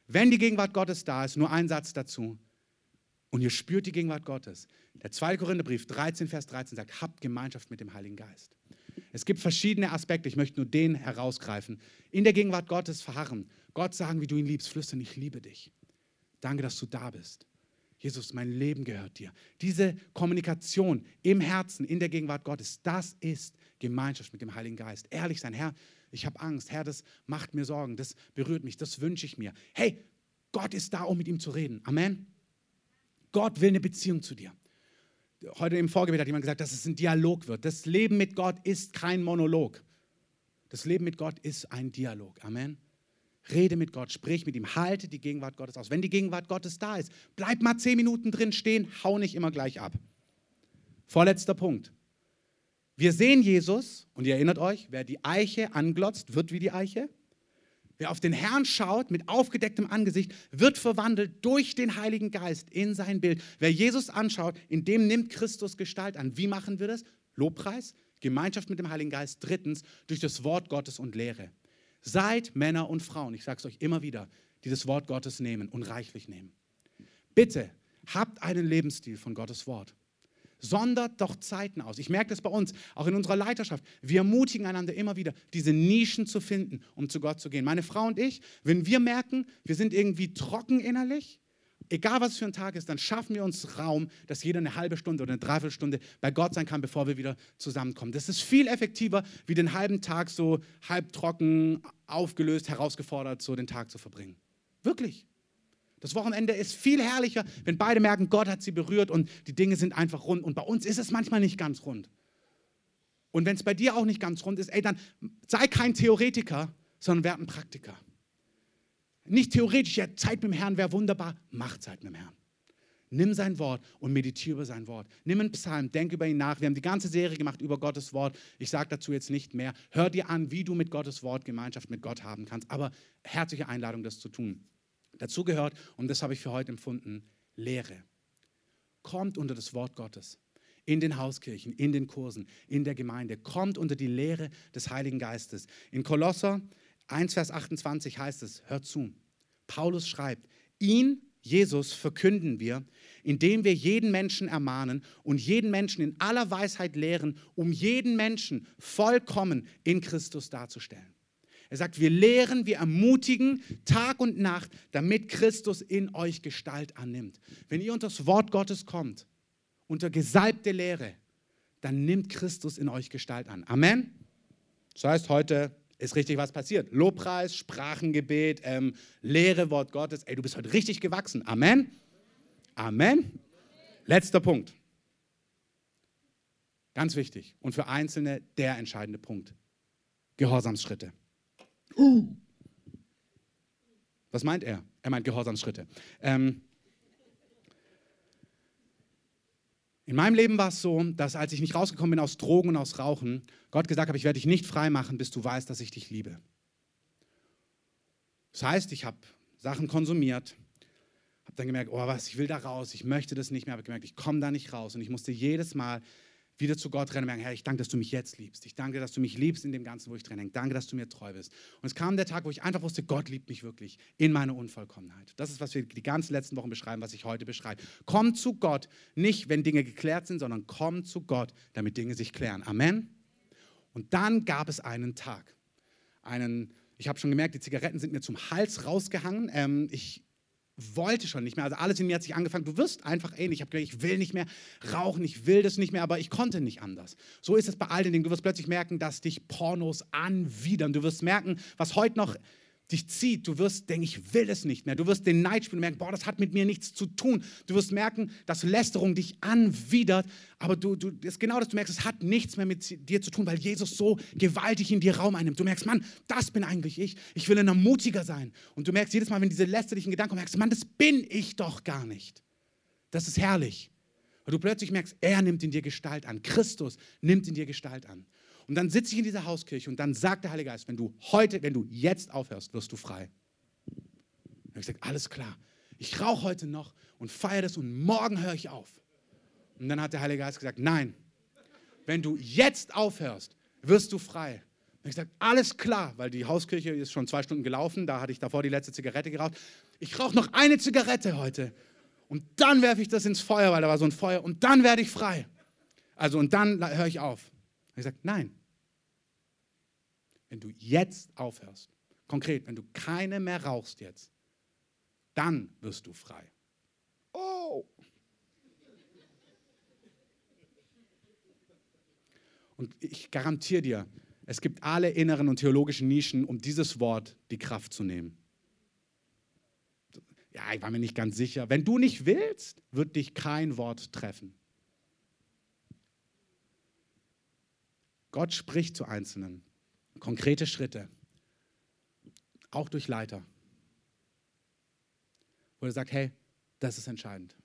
[SPEAKER 1] Wenn die Gegenwart Gottes da ist, nur ein Satz dazu, und ihr spürt die Gegenwart Gottes. Der zweite Korintherbrief dreizehn, Vers dreizehn sagt, habt Gemeinschaft mit dem Heiligen Geist. Es gibt verschiedene Aspekte, ich möchte nur den herausgreifen. In der Gegenwart Gottes verharren. Gott sagen, wie du ihn liebst, flüstern, ich liebe dich. Danke, dass du da bist. Jesus, mein Leben gehört dir. Diese Kommunikation im Herzen, in der Gegenwart Gottes, das ist Gemeinschaft mit dem Heiligen Geist. Ehrlich sein, Herr, ich habe Angst. Herr, das macht mir Sorgen, das berührt mich, das wünsche ich mir. Hey, Gott ist da, um mit ihm zu reden. Amen. Gott will eine Beziehung zu dir. Heute im Vorgebet hat jemand gesagt, dass es ein Dialog wird. Das Leben mit Gott ist kein Monolog. Das Leben mit Gott ist ein Dialog. Amen. Rede mit Gott, sprich mit ihm, halte die Gegenwart Gottes aus. Wenn die Gegenwart Gottes da ist, bleib mal zehn Minuten drin stehen, hau nicht immer gleich ab. Vorletzter Punkt. Wir sehen Jesus, und ihr erinnert euch, wer die Eiche anglotzt, wird wie die Eiche. Wer auf den Herrn schaut mit aufgedecktem Angesicht, wird verwandelt durch den Heiligen Geist in sein Bild. Wer Jesus anschaut, in dem nimmt Christus Gestalt an. Wie machen wir das? Lobpreis, Gemeinschaft mit dem Heiligen Geist. Drittens, durch das Wort Gottes und Lehre. Seid Männer und Frauen, ich sage es euch immer wieder, die das Wort Gottes nehmen und reichlich nehmen. Bitte, habt einen Lebensstil von Gottes Wort. Sondert doch Zeiten aus. Ich merke das bei uns, auch in unserer Leiterschaft. Wir ermutigen einander immer wieder, diese Nischen zu finden, um zu Gott zu gehen. Meine Frau und ich, wenn wir merken, wir sind irgendwie trocken innerlich, egal was es für ein Tag ist, dann schaffen wir uns Raum, dass jeder eine halbe Stunde oder eine Dreiviertelstunde bei Gott sein kann, bevor wir wieder zusammenkommen. Das ist viel effektiver, wie den halben Tag so halb trocken, aufgelöst, herausgefordert, so den Tag zu verbringen. Wirklich. Das Wochenende ist viel herrlicher, wenn beide merken, Gott hat sie berührt und die Dinge sind einfach rund. Und bei uns ist es manchmal nicht ganz rund. Und wenn es bei dir auch nicht ganz rund ist, ey, dann sei kein Theoretiker, sondern werd ein Praktiker. Nicht theoretisch, ja, Zeit mit dem Herrn wäre wunderbar, mach Zeit mit dem Herrn. Nimm sein Wort und meditiere über sein Wort. Nimm einen Psalm, denk über ihn nach. Wir haben die ganze Serie gemacht über Gottes Wort. Ich sage dazu jetzt nicht mehr. Hör dir an, wie du mit Gottes Wort Gemeinschaft mit Gott haben kannst. Aber herzliche Einladung, das zu tun. Dazu gehört, und das habe ich für heute empfunden, Lehre. Kommt unter das Wort Gottes. In den Hauskirchen, in den Kursen, in der Gemeinde. Kommt unter die Lehre des Heiligen Geistes. In Kolosser eins, Vers achtundzwanzig heißt es, hört zu, Paulus schreibt, ihn, Jesus, verkünden wir, indem wir jeden Menschen ermahnen und jeden Menschen in aller Weisheit lehren, um jeden Menschen vollkommen in Christus darzustellen. Er sagt, wir lehren, wir ermutigen Tag und Nacht, damit Christus in euch Gestalt annimmt. Wenn ihr unter das Wort Gottes kommt, unter gesalbte Lehre, dann nimmt Christus in euch Gestalt an. Amen? Das heißt, heute ist richtig was passiert. Lobpreis, Sprachengebet, ähm, Lehre, Wort Gottes. Ey, du bist heute richtig gewachsen. Amen? Amen? Letzter Punkt. Ganz wichtig und für Einzelne der entscheidende Punkt. Gehorsamsschritte. Uh. Was meint er? Er meint Gehorsamsschritte. Ähm, in meinem Leben war es so, dass als ich nicht rausgekommen bin aus Drogen und aus Rauchen, Gott gesagt hat, ich werde dich nicht frei machen, bis du weißt, dass ich dich liebe. Das heißt, ich habe Sachen konsumiert, habe dann gemerkt, oh was, ich will da raus, ich möchte das nicht mehr, habe gemerkt, ich komme da nicht raus und ich musste jedes Mal wieder zu Gott rennen und merken, Herr, ich danke, dass du mich jetzt liebst. Ich danke, dass du mich liebst in dem Ganzen, wo ich drin hänge. Danke, dass du mir treu bist. Und es kam der Tag, wo ich einfach wusste, Gott liebt mich wirklich in meiner Unvollkommenheit. Das ist, was wir die ganzen letzten Wochen beschreiben, was ich heute beschreibe. Komm zu Gott, nicht wenn Dinge geklärt sind, sondern komm zu Gott, damit Dinge sich klären. Amen. Und dann gab es einen Tag. Einen, ich habe schon gemerkt, die Zigaretten sind mir zum Hals rausgehangen. Ähm, ich wollte schon nicht mehr, also alles in mir hat sich angefangen, du wirst einfach ähnlich. Ich habe gedacht, ich will nicht mehr rauchen, ich will das nicht mehr, aber ich konnte nicht anders. So ist es bei all den Dingen. Du wirst plötzlich merken, dass dich Pornos anwidern. Du wirst merken, was heute noch dich zieht. Du wirst denken, ich will das nicht mehr. Du wirst den Neid spüren und merken, boah, das hat mit mir nichts zu tun. Du wirst merken, dass Lästerung dich anwidert, aber du, du, das ist genau das, du merkst, es hat nichts mehr mit dir zu tun, weil Jesus so gewaltig in dir Raum einnimmt. Du merkst, Mann, das bin eigentlich ich. Ich will ein ermutiger sein. Und du merkst jedes Mal, wenn diese lästerlichen Gedanken kommen, merkst du, Mann, das bin ich doch gar nicht. Das ist herrlich. Weil du plötzlich merkst, er nimmt in dir Gestalt an. Christus nimmt in dir Gestalt an. Und dann sitze ich in dieser Hauskirche und dann sagt der Heilige Geist, wenn du heute, wenn du jetzt aufhörst, wirst du frei. Und ich habe gesagt, alles klar, ich rauche heute noch und feiere das und morgen höre ich auf. Und dann hat der Heilige Geist gesagt, nein, wenn du jetzt aufhörst, wirst du frei. Und ich sage, alles klar, weil die Hauskirche ist schon zwei Stunden gelaufen, da hatte ich davor die letzte Zigarette geraucht. Ich rauche noch eine Zigarette heute und dann werfe ich das ins Feuer, weil da war so ein Feuer und dann werde ich frei. Also und dann höre ich auf. Und ich sage, nein. Wenn du jetzt aufhörst, konkret, wenn du keine mehr rauchst jetzt, dann wirst du frei. Oh! Und ich garantiere dir, es gibt alle inneren und theologischen Nischen, um dieses Wort die Kraft zu nehmen. Ja, ich war mir nicht ganz sicher. Wenn du nicht willst, wird dich kein Wort treffen. Gott spricht zu Einzelnen. Konkrete Schritte. Auch durch Leiter. Wo er sagt, hey, das ist entscheidend.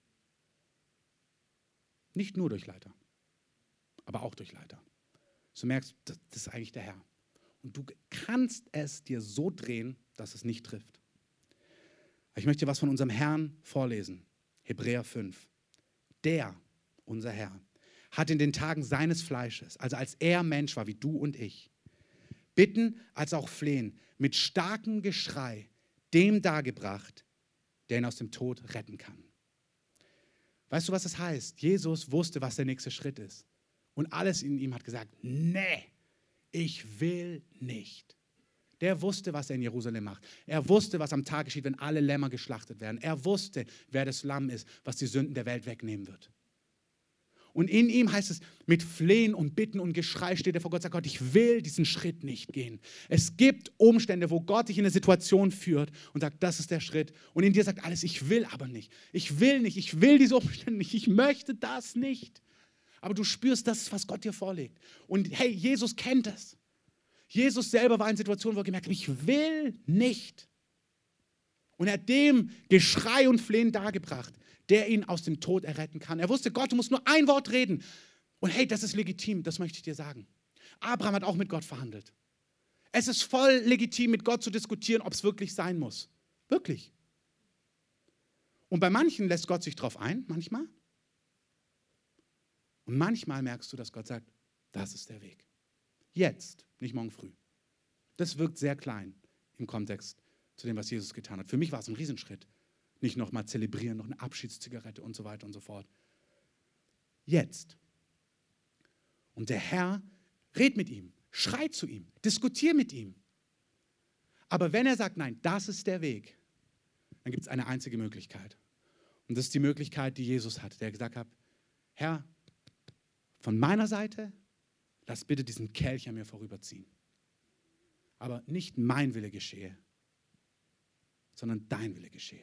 [SPEAKER 1] Nicht nur durch Leiter, aber auch durch Leiter. Du merkst, das ist eigentlich der Herr. Und du kannst es dir so drehen, dass es nicht trifft. Ich möchte dir was von unserem Herrn vorlesen. Hebräer fünf. Der, unser Herr, hat in den Tagen seines Fleisches, also als er Mensch war, wie du und ich, Bitten als auch Flehen, mit starkem Geschrei dem dargebracht, der ihn aus dem Tod retten kann. Weißt du, was das heißt? Jesus wusste, was der nächste Schritt ist. Und alles in ihm hat gesagt, nee, ich will nicht. Der wusste, was er in Jerusalem macht. Er wusste, was am Tag geschieht, wenn alle Lämmer geschlachtet werden. Er wusste, wer das Lamm ist, was die Sünden der Welt wegnehmen wird. Und in ihm heißt es, mit Flehen und Bitten und Geschrei steht er vor Gott und sagt, Gott, ich will diesen Schritt nicht gehen. Es gibt Umstände, wo Gott dich in eine Situation führt und sagt, das ist der Schritt. Und in dir sagt alles, ich will aber nicht. Ich will nicht, ich will diese Umstände nicht, ich möchte das nicht. Aber du spürst, das ist, was Gott dir vorlegt. Und hey, Jesus kennt es. Jesus selber war in Situationen, wo er gemerkt hat, ich will nicht. Und er hat dem Geschrei und Flehen dargebracht, der ihn aus dem Tod erretten kann. Er wusste, Gott, du musst nur ein Wort reden. Und hey, das ist legitim, das möchte ich dir sagen. Abraham hat auch mit Gott verhandelt. Es ist voll legitim, mit Gott zu diskutieren, ob es wirklich sein muss. Wirklich. Und bei manchen lässt Gott sich drauf ein, manchmal. Und manchmal merkst du, dass Gott sagt, das ist der Weg. Jetzt, nicht morgen früh. Das wirkt sehr klein im Kontext zu dem, was Jesus getan hat. Für mich war es ein Riesenschritt. Nicht nochmal zelebrieren, noch eine Abschiedszigarette und so weiter und so fort. Jetzt. Und der Herr, red mit ihm, schrei zu ihm, diskutier mit ihm. Aber wenn er sagt, nein, das ist der Weg, dann gibt es eine einzige Möglichkeit. Und das ist die Möglichkeit, die Jesus hat, der gesagt hat, Herr, von meiner Seite, lass bitte diesen Kelch an mir vorüberziehen. Aber nicht mein Wille geschehe, sondern dein Wille geschehe.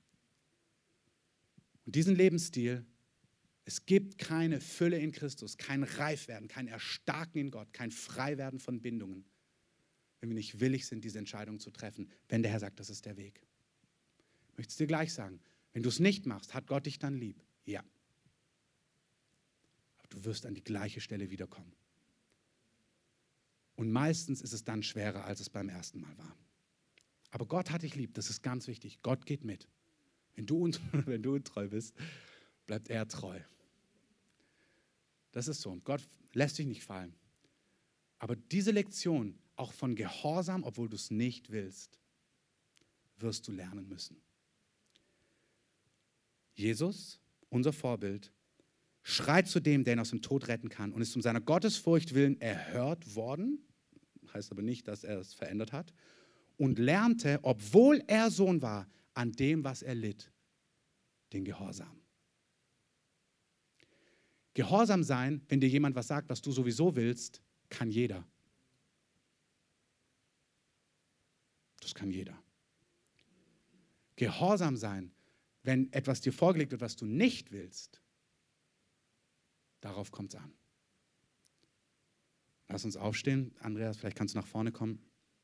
[SPEAKER 1] Und diesen Lebensstil, es gibt keine Fülle in Christus, kein Reifwerden, kein Erstarken in Gott, kein Freiwerden von Bindungen, wenn wir nicht willig sind, diese Entscheidung zu treffen, wenn der Herr sagt, das ist der Weg. Ich möchte es dir gleich sagen, wenn du es nicht machst, hat Gott dich dann lieb? Ja. Aber du wirst an die gleiche Stelle wiederkommen. Und meistens ist es dann schwerer, als es beim ersten Mal war. Aber Gott hat dich lieb, das ist ganz wichtig. Gott geht mit. Wenn du, wenn du untreu bist, bleibt er treu. Das ist so. Und Gott lässt dich nicht fallen. Aber diese Lektion, auch von Gehorsam, obwohl du es nicht willst, wirst du lernen müssen. Jesus, unser Vorbild, schreit zu dem, der ihn aus dem Tod retten kann und ist um seiner Gottesfurcht willen erhört worden, heißt aber nicht, dass er es verändert hat, und lernte, obwohl er Sohn war, an dem, was er litt, den Gehorsam. Gehorsam sein, wenn dir jemand was sagt, was du sowieso willst, kann jeder. Das kann jeder. Gehorsam sein, wenn etwas dir vorgelegt wird, was du nicht willst, darauf kommt es an. Lass uns aufstehen. Andreas, vielleicht kannst du nach vorne kommen.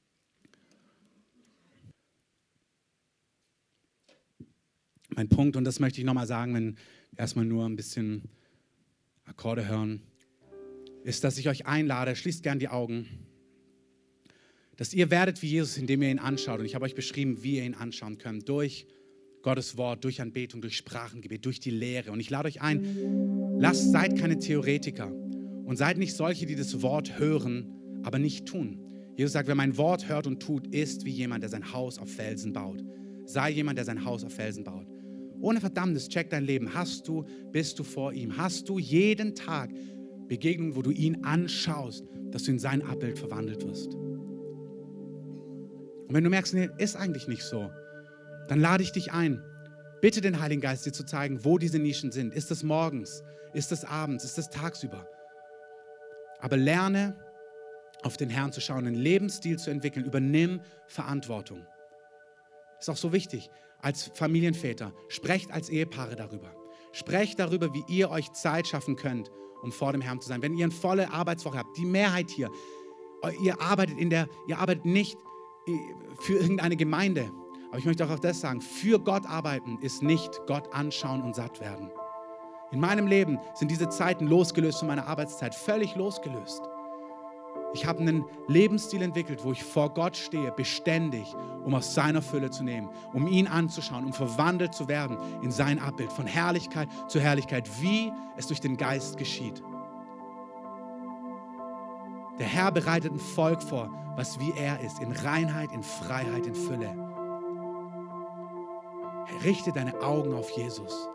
[SPEAKER 1] Mein Punkt, und das möchte ich nochmal sagen, wenn wir erstmal nur ein bisschen Akkorde hören, ist, dass ich euch einlade, schließt gern die Augen, dass ihr werdet wie Jesus, indem ihr ihn anschaut. Und ich habe euch beschrieben, wie ihr ihn anschauen könnt, durch Gottes Wort, durch Anbetung, durch Sprachengebet, durch die Lehre. Und ich lade euch ein, lasst, seid keine Theoretiker und seid nicht solche, die das Wort hören, aber nicht tun. Jesus sagt, wer mein Wort hört und tut, ist wie jemand, der sein Haus auf Felsen baut. Sei jemand, der sein Haus auf Felsen baut. Ohne Verdammnis, check dein Leben. Hast du, bist du vor ihm? Hast du jeden Tag Begegnungen, wo du ihn anschaust, dass du in sein Abbild verwandelt wirst? Und wenn du merkst, nee, ist eigentlich nicht so, dann lade ich dich ein, bitte den Heiligen Geist dir zu zeigen, wo diese Nischen sind. Ist es morgens? Ist es abends? Ist es tagsüber? Aber lerne, auf den Herrn zu schauen, einen Lebensstil zu entwickeln. Übernimm Verantwortung. Ist auch so wichtig, als Familienväter, sprecht als Ehepaare darüber. Sprecht darüber, wie ihr euch Zeit schaffen könnt, um vor dem Herrn zu sein. Wenn ihr eine volle Arbeitswoche habt, die Mehrheit hier, ihr arbeitet, in der, ihr arbeitet nicht für irgendeine Gemeinde. Aber ich möchte auch das sagen, für Gott arbeiten ist nicht Gott anschauen und satt werden. In meinem Leben sind diese Zeiten losgelöst von meiner Arbeitszeit, völlig losgelöst. Ich habe einen Lebensstil entwickelt, wo ich vor Gott stehe, beständig, um aus seiner Fülle zu nehmen, um ihn anzuschauen, um verwandelt zu werden in sein Abbild, von Herrlichkeit zu Herrlichkeit, wie es durch den Geist geschieht. Der Herr bereitet ein Volk vor, was wie er ist, in Reinheit, in Freiheit, in Fülle. Richte deine Augen auf Jesus.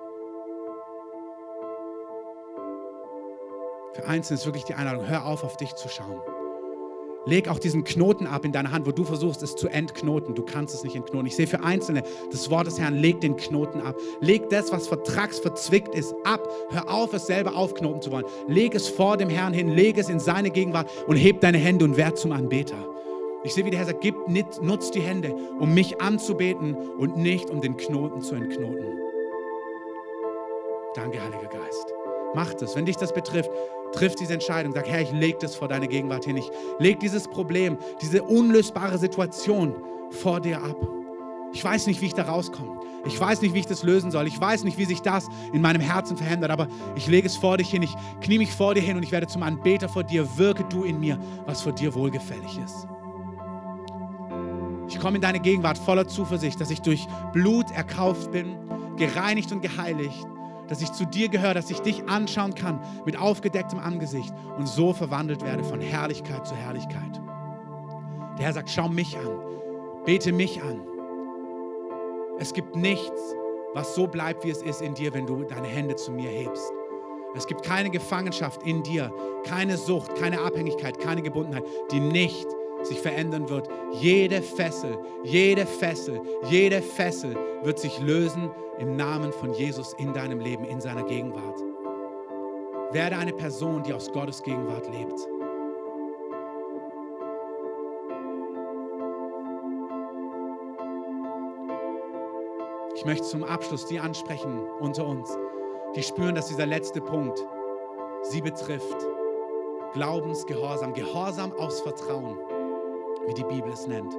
[SPEAKER 1] Für Einzelne ist wirklich die Einladung, hör auf, auf dich zu schauen. Leg auch diesen Knoten ab in deiner Hand, wo du versuchst, es zu entknoten. Du kannst es nicht entknoten. Ich sehe für Einzelne das Wort des Herrn, leg den Knoten ab. Leg das, was vertragsverzwickt ist, ab. Hör auf, es selber aufknoten zu wollen. Leg es vor dem Herrn hin, leg es in seine Gegenwart und heb deine Hände und werd zum Anbeter. Ich sehe, wie der Herr sagt, gib, nutz die Hände, um mich anzubeten und nicht, um den Knoten zu entknoten. Danke, Heiliger Geist. Mach das. Wenn dich das betrifft, triff diese Entscheidung. Sag, Herr, ich lege das vor deine Gegenwart hin. Ich lege dieses Problem, diese unlösbare Situation vor dir ab. Ich weiß nicht, wie ich da rauskomme. Ich weiß nicht, wie ich das lösen soll. Ich weiß nicht, wie sich das in meinem Herzen verändert. Aber ich lege es vor dich hin. Ich knie mich vor dir hin und ich werde zum Anbeter vor dir. Wirke du in mir, was vor dir wohlgefällig ist. Ich komme in deine Gegenwart voller Zuversicht, dass ich durch Blut erkauft bin, gereinigt und geheiligt, dass ich zu dir gehöre, dass ich dich anschauen kann mit aufgedecktem Angesicht und so verwandelt werde von Herrlichkeit zu Herrlichkeit. Der Herr sagt, schau mich an, bete mich an. Es gibt nichts, was so bleibt, wie es ist in dir, wenn du deine Hände zu mir hebst. Es gibt keine Gefangenschaft in dir, keine Sucht, keine Abhängigkeit, keine Gebundenheit, die nicht sich verändern wird. Jede Fessel, jede Fessel, jede Fessel wird sich lösen im Namen von Jesus in deinem Leben, in seiner Gegenwart. Werde eine Person, die aus Gottes Gegenwart lebt. Ich möchte zum Abschluss die ansprechen unter uns, die spüren, dass dieser letzte Punkt sie betrifft. Glaubensgehorsam, Gehorsam aus Vertrauen, wie die Bibel es nennt.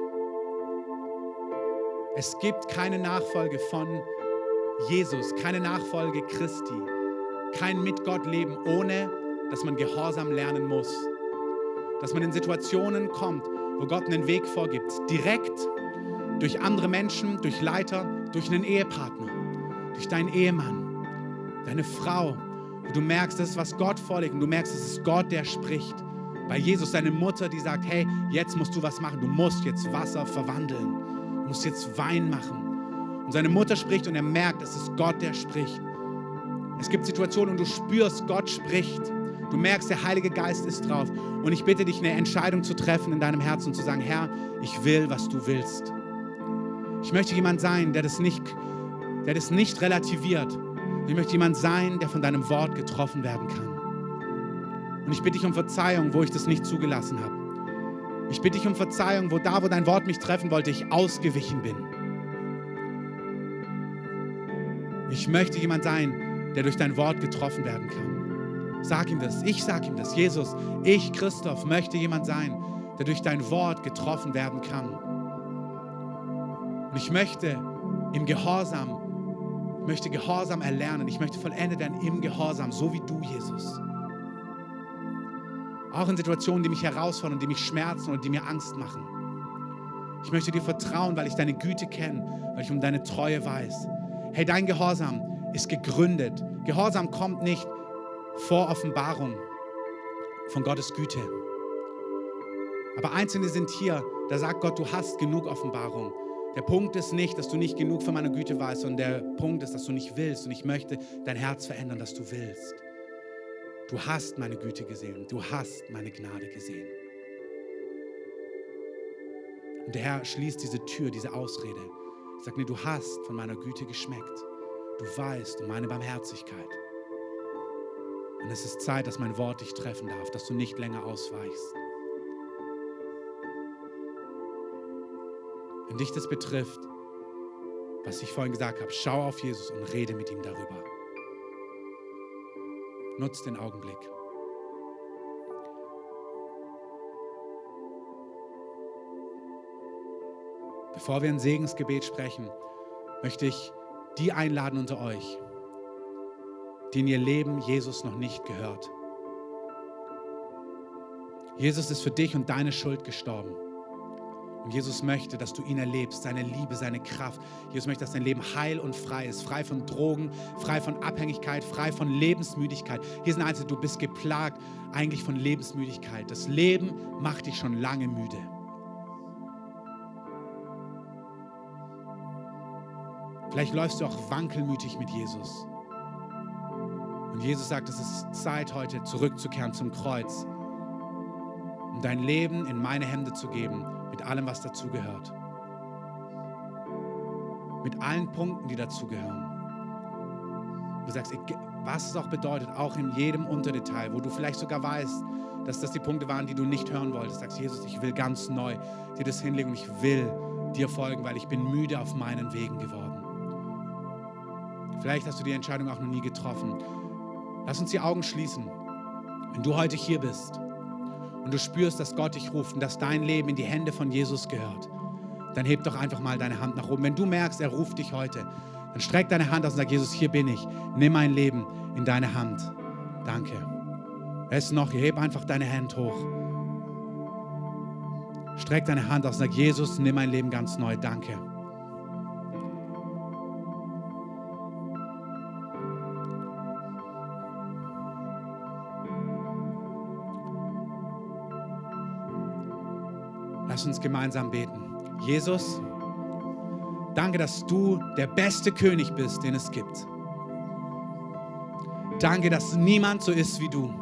[SPEAKER 1] Es gibt keine Nachfolge von Jesus, keine Nachfolge Christi, kein mit Gott leben, ohne dass man Gehorsam lernen muss. Dass man in Situationen kommt, wo Gott einen Weg vorgibt, direkt durch andere Menschen, durch Leiter, durch einen Ehepartner, durch deinen Ehemann, deine Frau, wo du merkst, das ist, was Gott vorlegt und du merkst, es ist Gott, der spricht. Bei Jesus, deine Mutter, die sagt, hey, jetzt musst du was machen, du musst jetzt Wasser verwandeln, du musst jetzt Wein machen. Und seine Mutter spricht und er merkt, es ist Gott, der spricht. Es gibt Situationen und du spürst, Gott spricht. Du merkst, der Heilige Geist ist drauf. Und ich bitte dich, eine Entscheidung zu treffen in deinem Herzen und zu sagen, Herr, ich will, was du willst. Ich möchte jemand sein, der das nicht, der das nicht relativiert. Ich möchte jemand sein, der von deinem Wort getroffen werden kann. Und ich bitte dich um Verzeihung, wo ich das nicht zugelassen habe. Ich bitte dich um Verzeihung, wo da, wo dein Wort mich treffen wollte, ich ausgewichen bin. Ich möchte jemand sein, der durch dein Wort getroffen werden kann. Sag ihm das, ich sag ihm das. Jesus, ich, Christoph, möchte jemand sein, der durch dein Wort getroffen werden kann. Und ich möchte im Gehorsam, ich möchte Gehorsam erlernen. Ich möchte vollendet werden im Gehorsam, so wie du, Jesus. Auch in Situationen, die mich herausfordern, die mich schmerzen und die mir Angst machen. Ich möchte dir vertrauen, weil ich deine Güte kenne, weil ich um deine Treue weiß. Hey, dein Gehorsam ist gegründet. Gehorsam kommt nicht vor Offenbarung von Gottes Güte. Aber Einzelne sind hier, da sagt Gott, du hast genug Offenbarung. Der Punkt ist nicht, dass du nicht genug von meiner Güte weißt, sondern der Punkt ist, dass du nicht willst. Und ich möchte dein Herz verändern, dass du willst. Du hast meine Güte gesehen. Du hast meine Gnade gesehen. Und der Herr schließt diese Tür, diese Ausrede. Er sagt mir, du hast von meiner Güte geschmeckt. Du weißt um meine Barmherzigkeit. Und es ist Zeit, dass mein Wort dich treffen darf, dass du nicht länger ausweichst. Wenn dich das betrifft, was ich vorhin gesagt habe, schau auf Jesus und rede mit ihm darüber. Nutz den Augenblick. Bevor wir ein Segensgebet sprechen, möchte ich die einladen unter euch, die in ihr Leben Jesus noch nicht gehört. Jesus ist für dich und deine Schuld gestorben. Und Jesus möchte, dass du ihn erlebst, seine Liebe, seine Kraft. Jesus möchte, dass dein Leben heil und frei ist, frei von Drogen, frei von Abhängigkeit, frei von Lebensmüdigkeit. Hier sind Einzelne, du bist geplagt eigentlich von Lebensmüdigkeit. Das Leben macht dich schon lange müde. Vielleicht läufst du auch wankelmütig mit Jesus. Und Jesus sagt, es ist Zeit heute zurückzukehren zum Kreuz, um dein Leben in meine Hände zu geben, mit allem, was dazugehört. Mit allen Punkten, die dazugehören. Du sagst, was es auch bedeutet, auch in jedem Unterdetail, wo du vielleicht sogar weißt, dass das die Punkte waren, die du nicht hören wolltest. Du sagst, Jesus, ich will ganz neu dir das hinlegen und ich will dir folgen, weil ich bin müde auf meinen Wegen geworden. Vielleicht hast du die Entscheidung auch noch nie getroffen. Lass uns die Augen schließen. Wenn du heute hier bist und du spürst, dass Gott dich ruft und dass dein Leben in die Hände von Jesus gehört, dann heb doch einfach mal deine Hand nach oben. Wenn du merkst, er ruft dich heute, dann streck deine Hand aus und sag, Jesus, hier bin ich. Nimm mein Leben in deine Hand. Danke. Wer ist noch? Heb einfach deine Hand hoch. Streck deine Hand aus und sag, Jesus, nimm mein Leben ganz neu. Danke. Lass uns gemeinsam beten. Jesus, danke, dass du der beste König bist, den es gibt. Danke, dass niemand so ist wie du.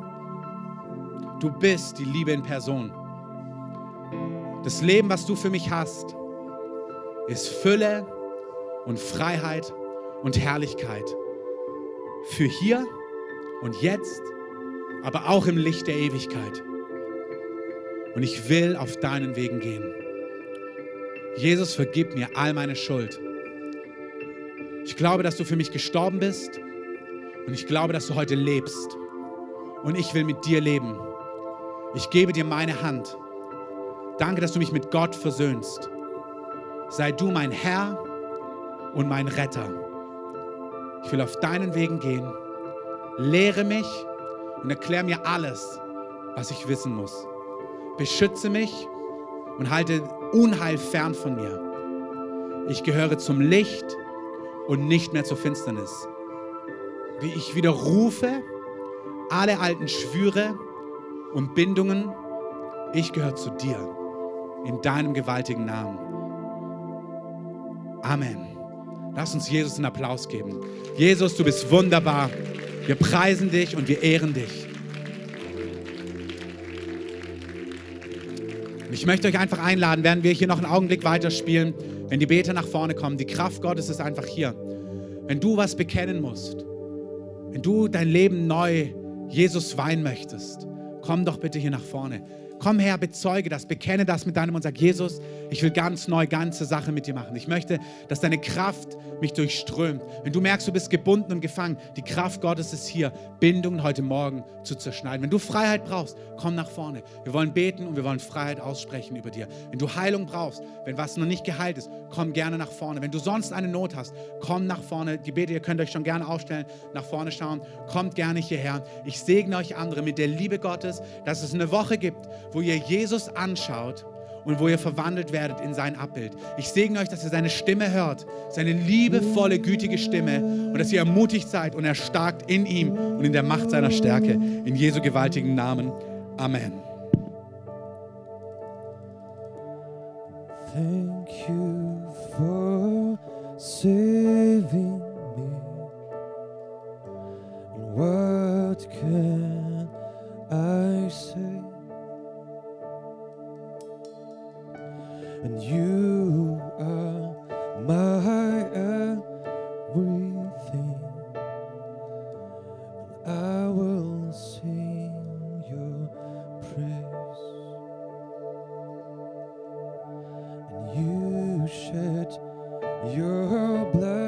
[SPEAKER 1] Du bist die Liebe in Person. Das Leben, was du für mich hast, ist Fülle und Freiheit und Herrlichkeit. Für hier und jetzt, aber auch im Licht der Ewigkeit. Und ich will auf deinen Wegen gehen. Jesus, vergib mir all meine Schuld. Ich glaube, dass du für mich gestorben bist. Und ich glaube, dass du heute lebst. Und ich will mit dir leben. Ich gebe dir meine Hand. Danke, dass du mich mit Gott versöhnst. Sei du mein Herr und mein Retter. Ich will auf deinen Wegen gehen. Lehre mich und erkläre mir alles, was ich wissen muss. Beschütze mich und halte Unheil fern von mir. Ich gehöre zum Licht und nicht mehr zur Finsternis. Wie ich widerrufe alle alten Schwüre und Bindungen, ich gehöre zu dir, in deinem gewaltigen Namen. Amen. Lass uns Jesus einen Applaus geben. Jesus, du bist wunderbar. Wir preisen dich und wir ehren dich. Ich möchte euch einfach einladen, während wir hier noch einen Augenblick weiterspielen, wenn die Beter nach vorne kommen. Die Kraft Gottes ist einfach hier. Wenn du was bekennen musst, wenn du dein Leben neu Jesus weihen möchtest, komm doch bitte hier nach vorne. Komm her, bezeuge das, bekenne das mit deinem und sag, Jesus, ich will ganz neu, ganze Sache mit dir machen. Ich möchte, dass deine Kraft mich durchströmt. Wenn du merkst, du bist gebunden und gefangen, die Kraft Gottes ist hier, Bindungen heute Morgen zu zerschneiden. Wenn du Freiheit brauchst, komm nach vorne. Wir wollen beten und wir wollen Freiheit aussprechen über dir. Wenn du Heilung brauchst, wenn was noch nicht geheilt ist, komm gerne nach vorne. Wenn du sonst eine Not hast, komm nach vorne. Die Beter, ihr könnt euch schon gerne aufstellen, nach vorne schauen. Kommt gerne hierher. Ich segne euch andere mit der Liebe Gottes, dass es eine Woche gibt, wo ihr Jesus anschaut und wo ihr verwandelt werdet in sein Abbild. Ich segne euch, dass ihr seine Stimme hört, seine liebevolle, gütige Stimme und dass ihr ermutigt seid und erstarkt in ihm und in der Macht seiner Stärke. In Jesu gewaltigen Namen. Amen.
[SPEAKER 2] Thank you for saving me. And what can I say? And you are my everything. And I will sing your praise. And you shed your blood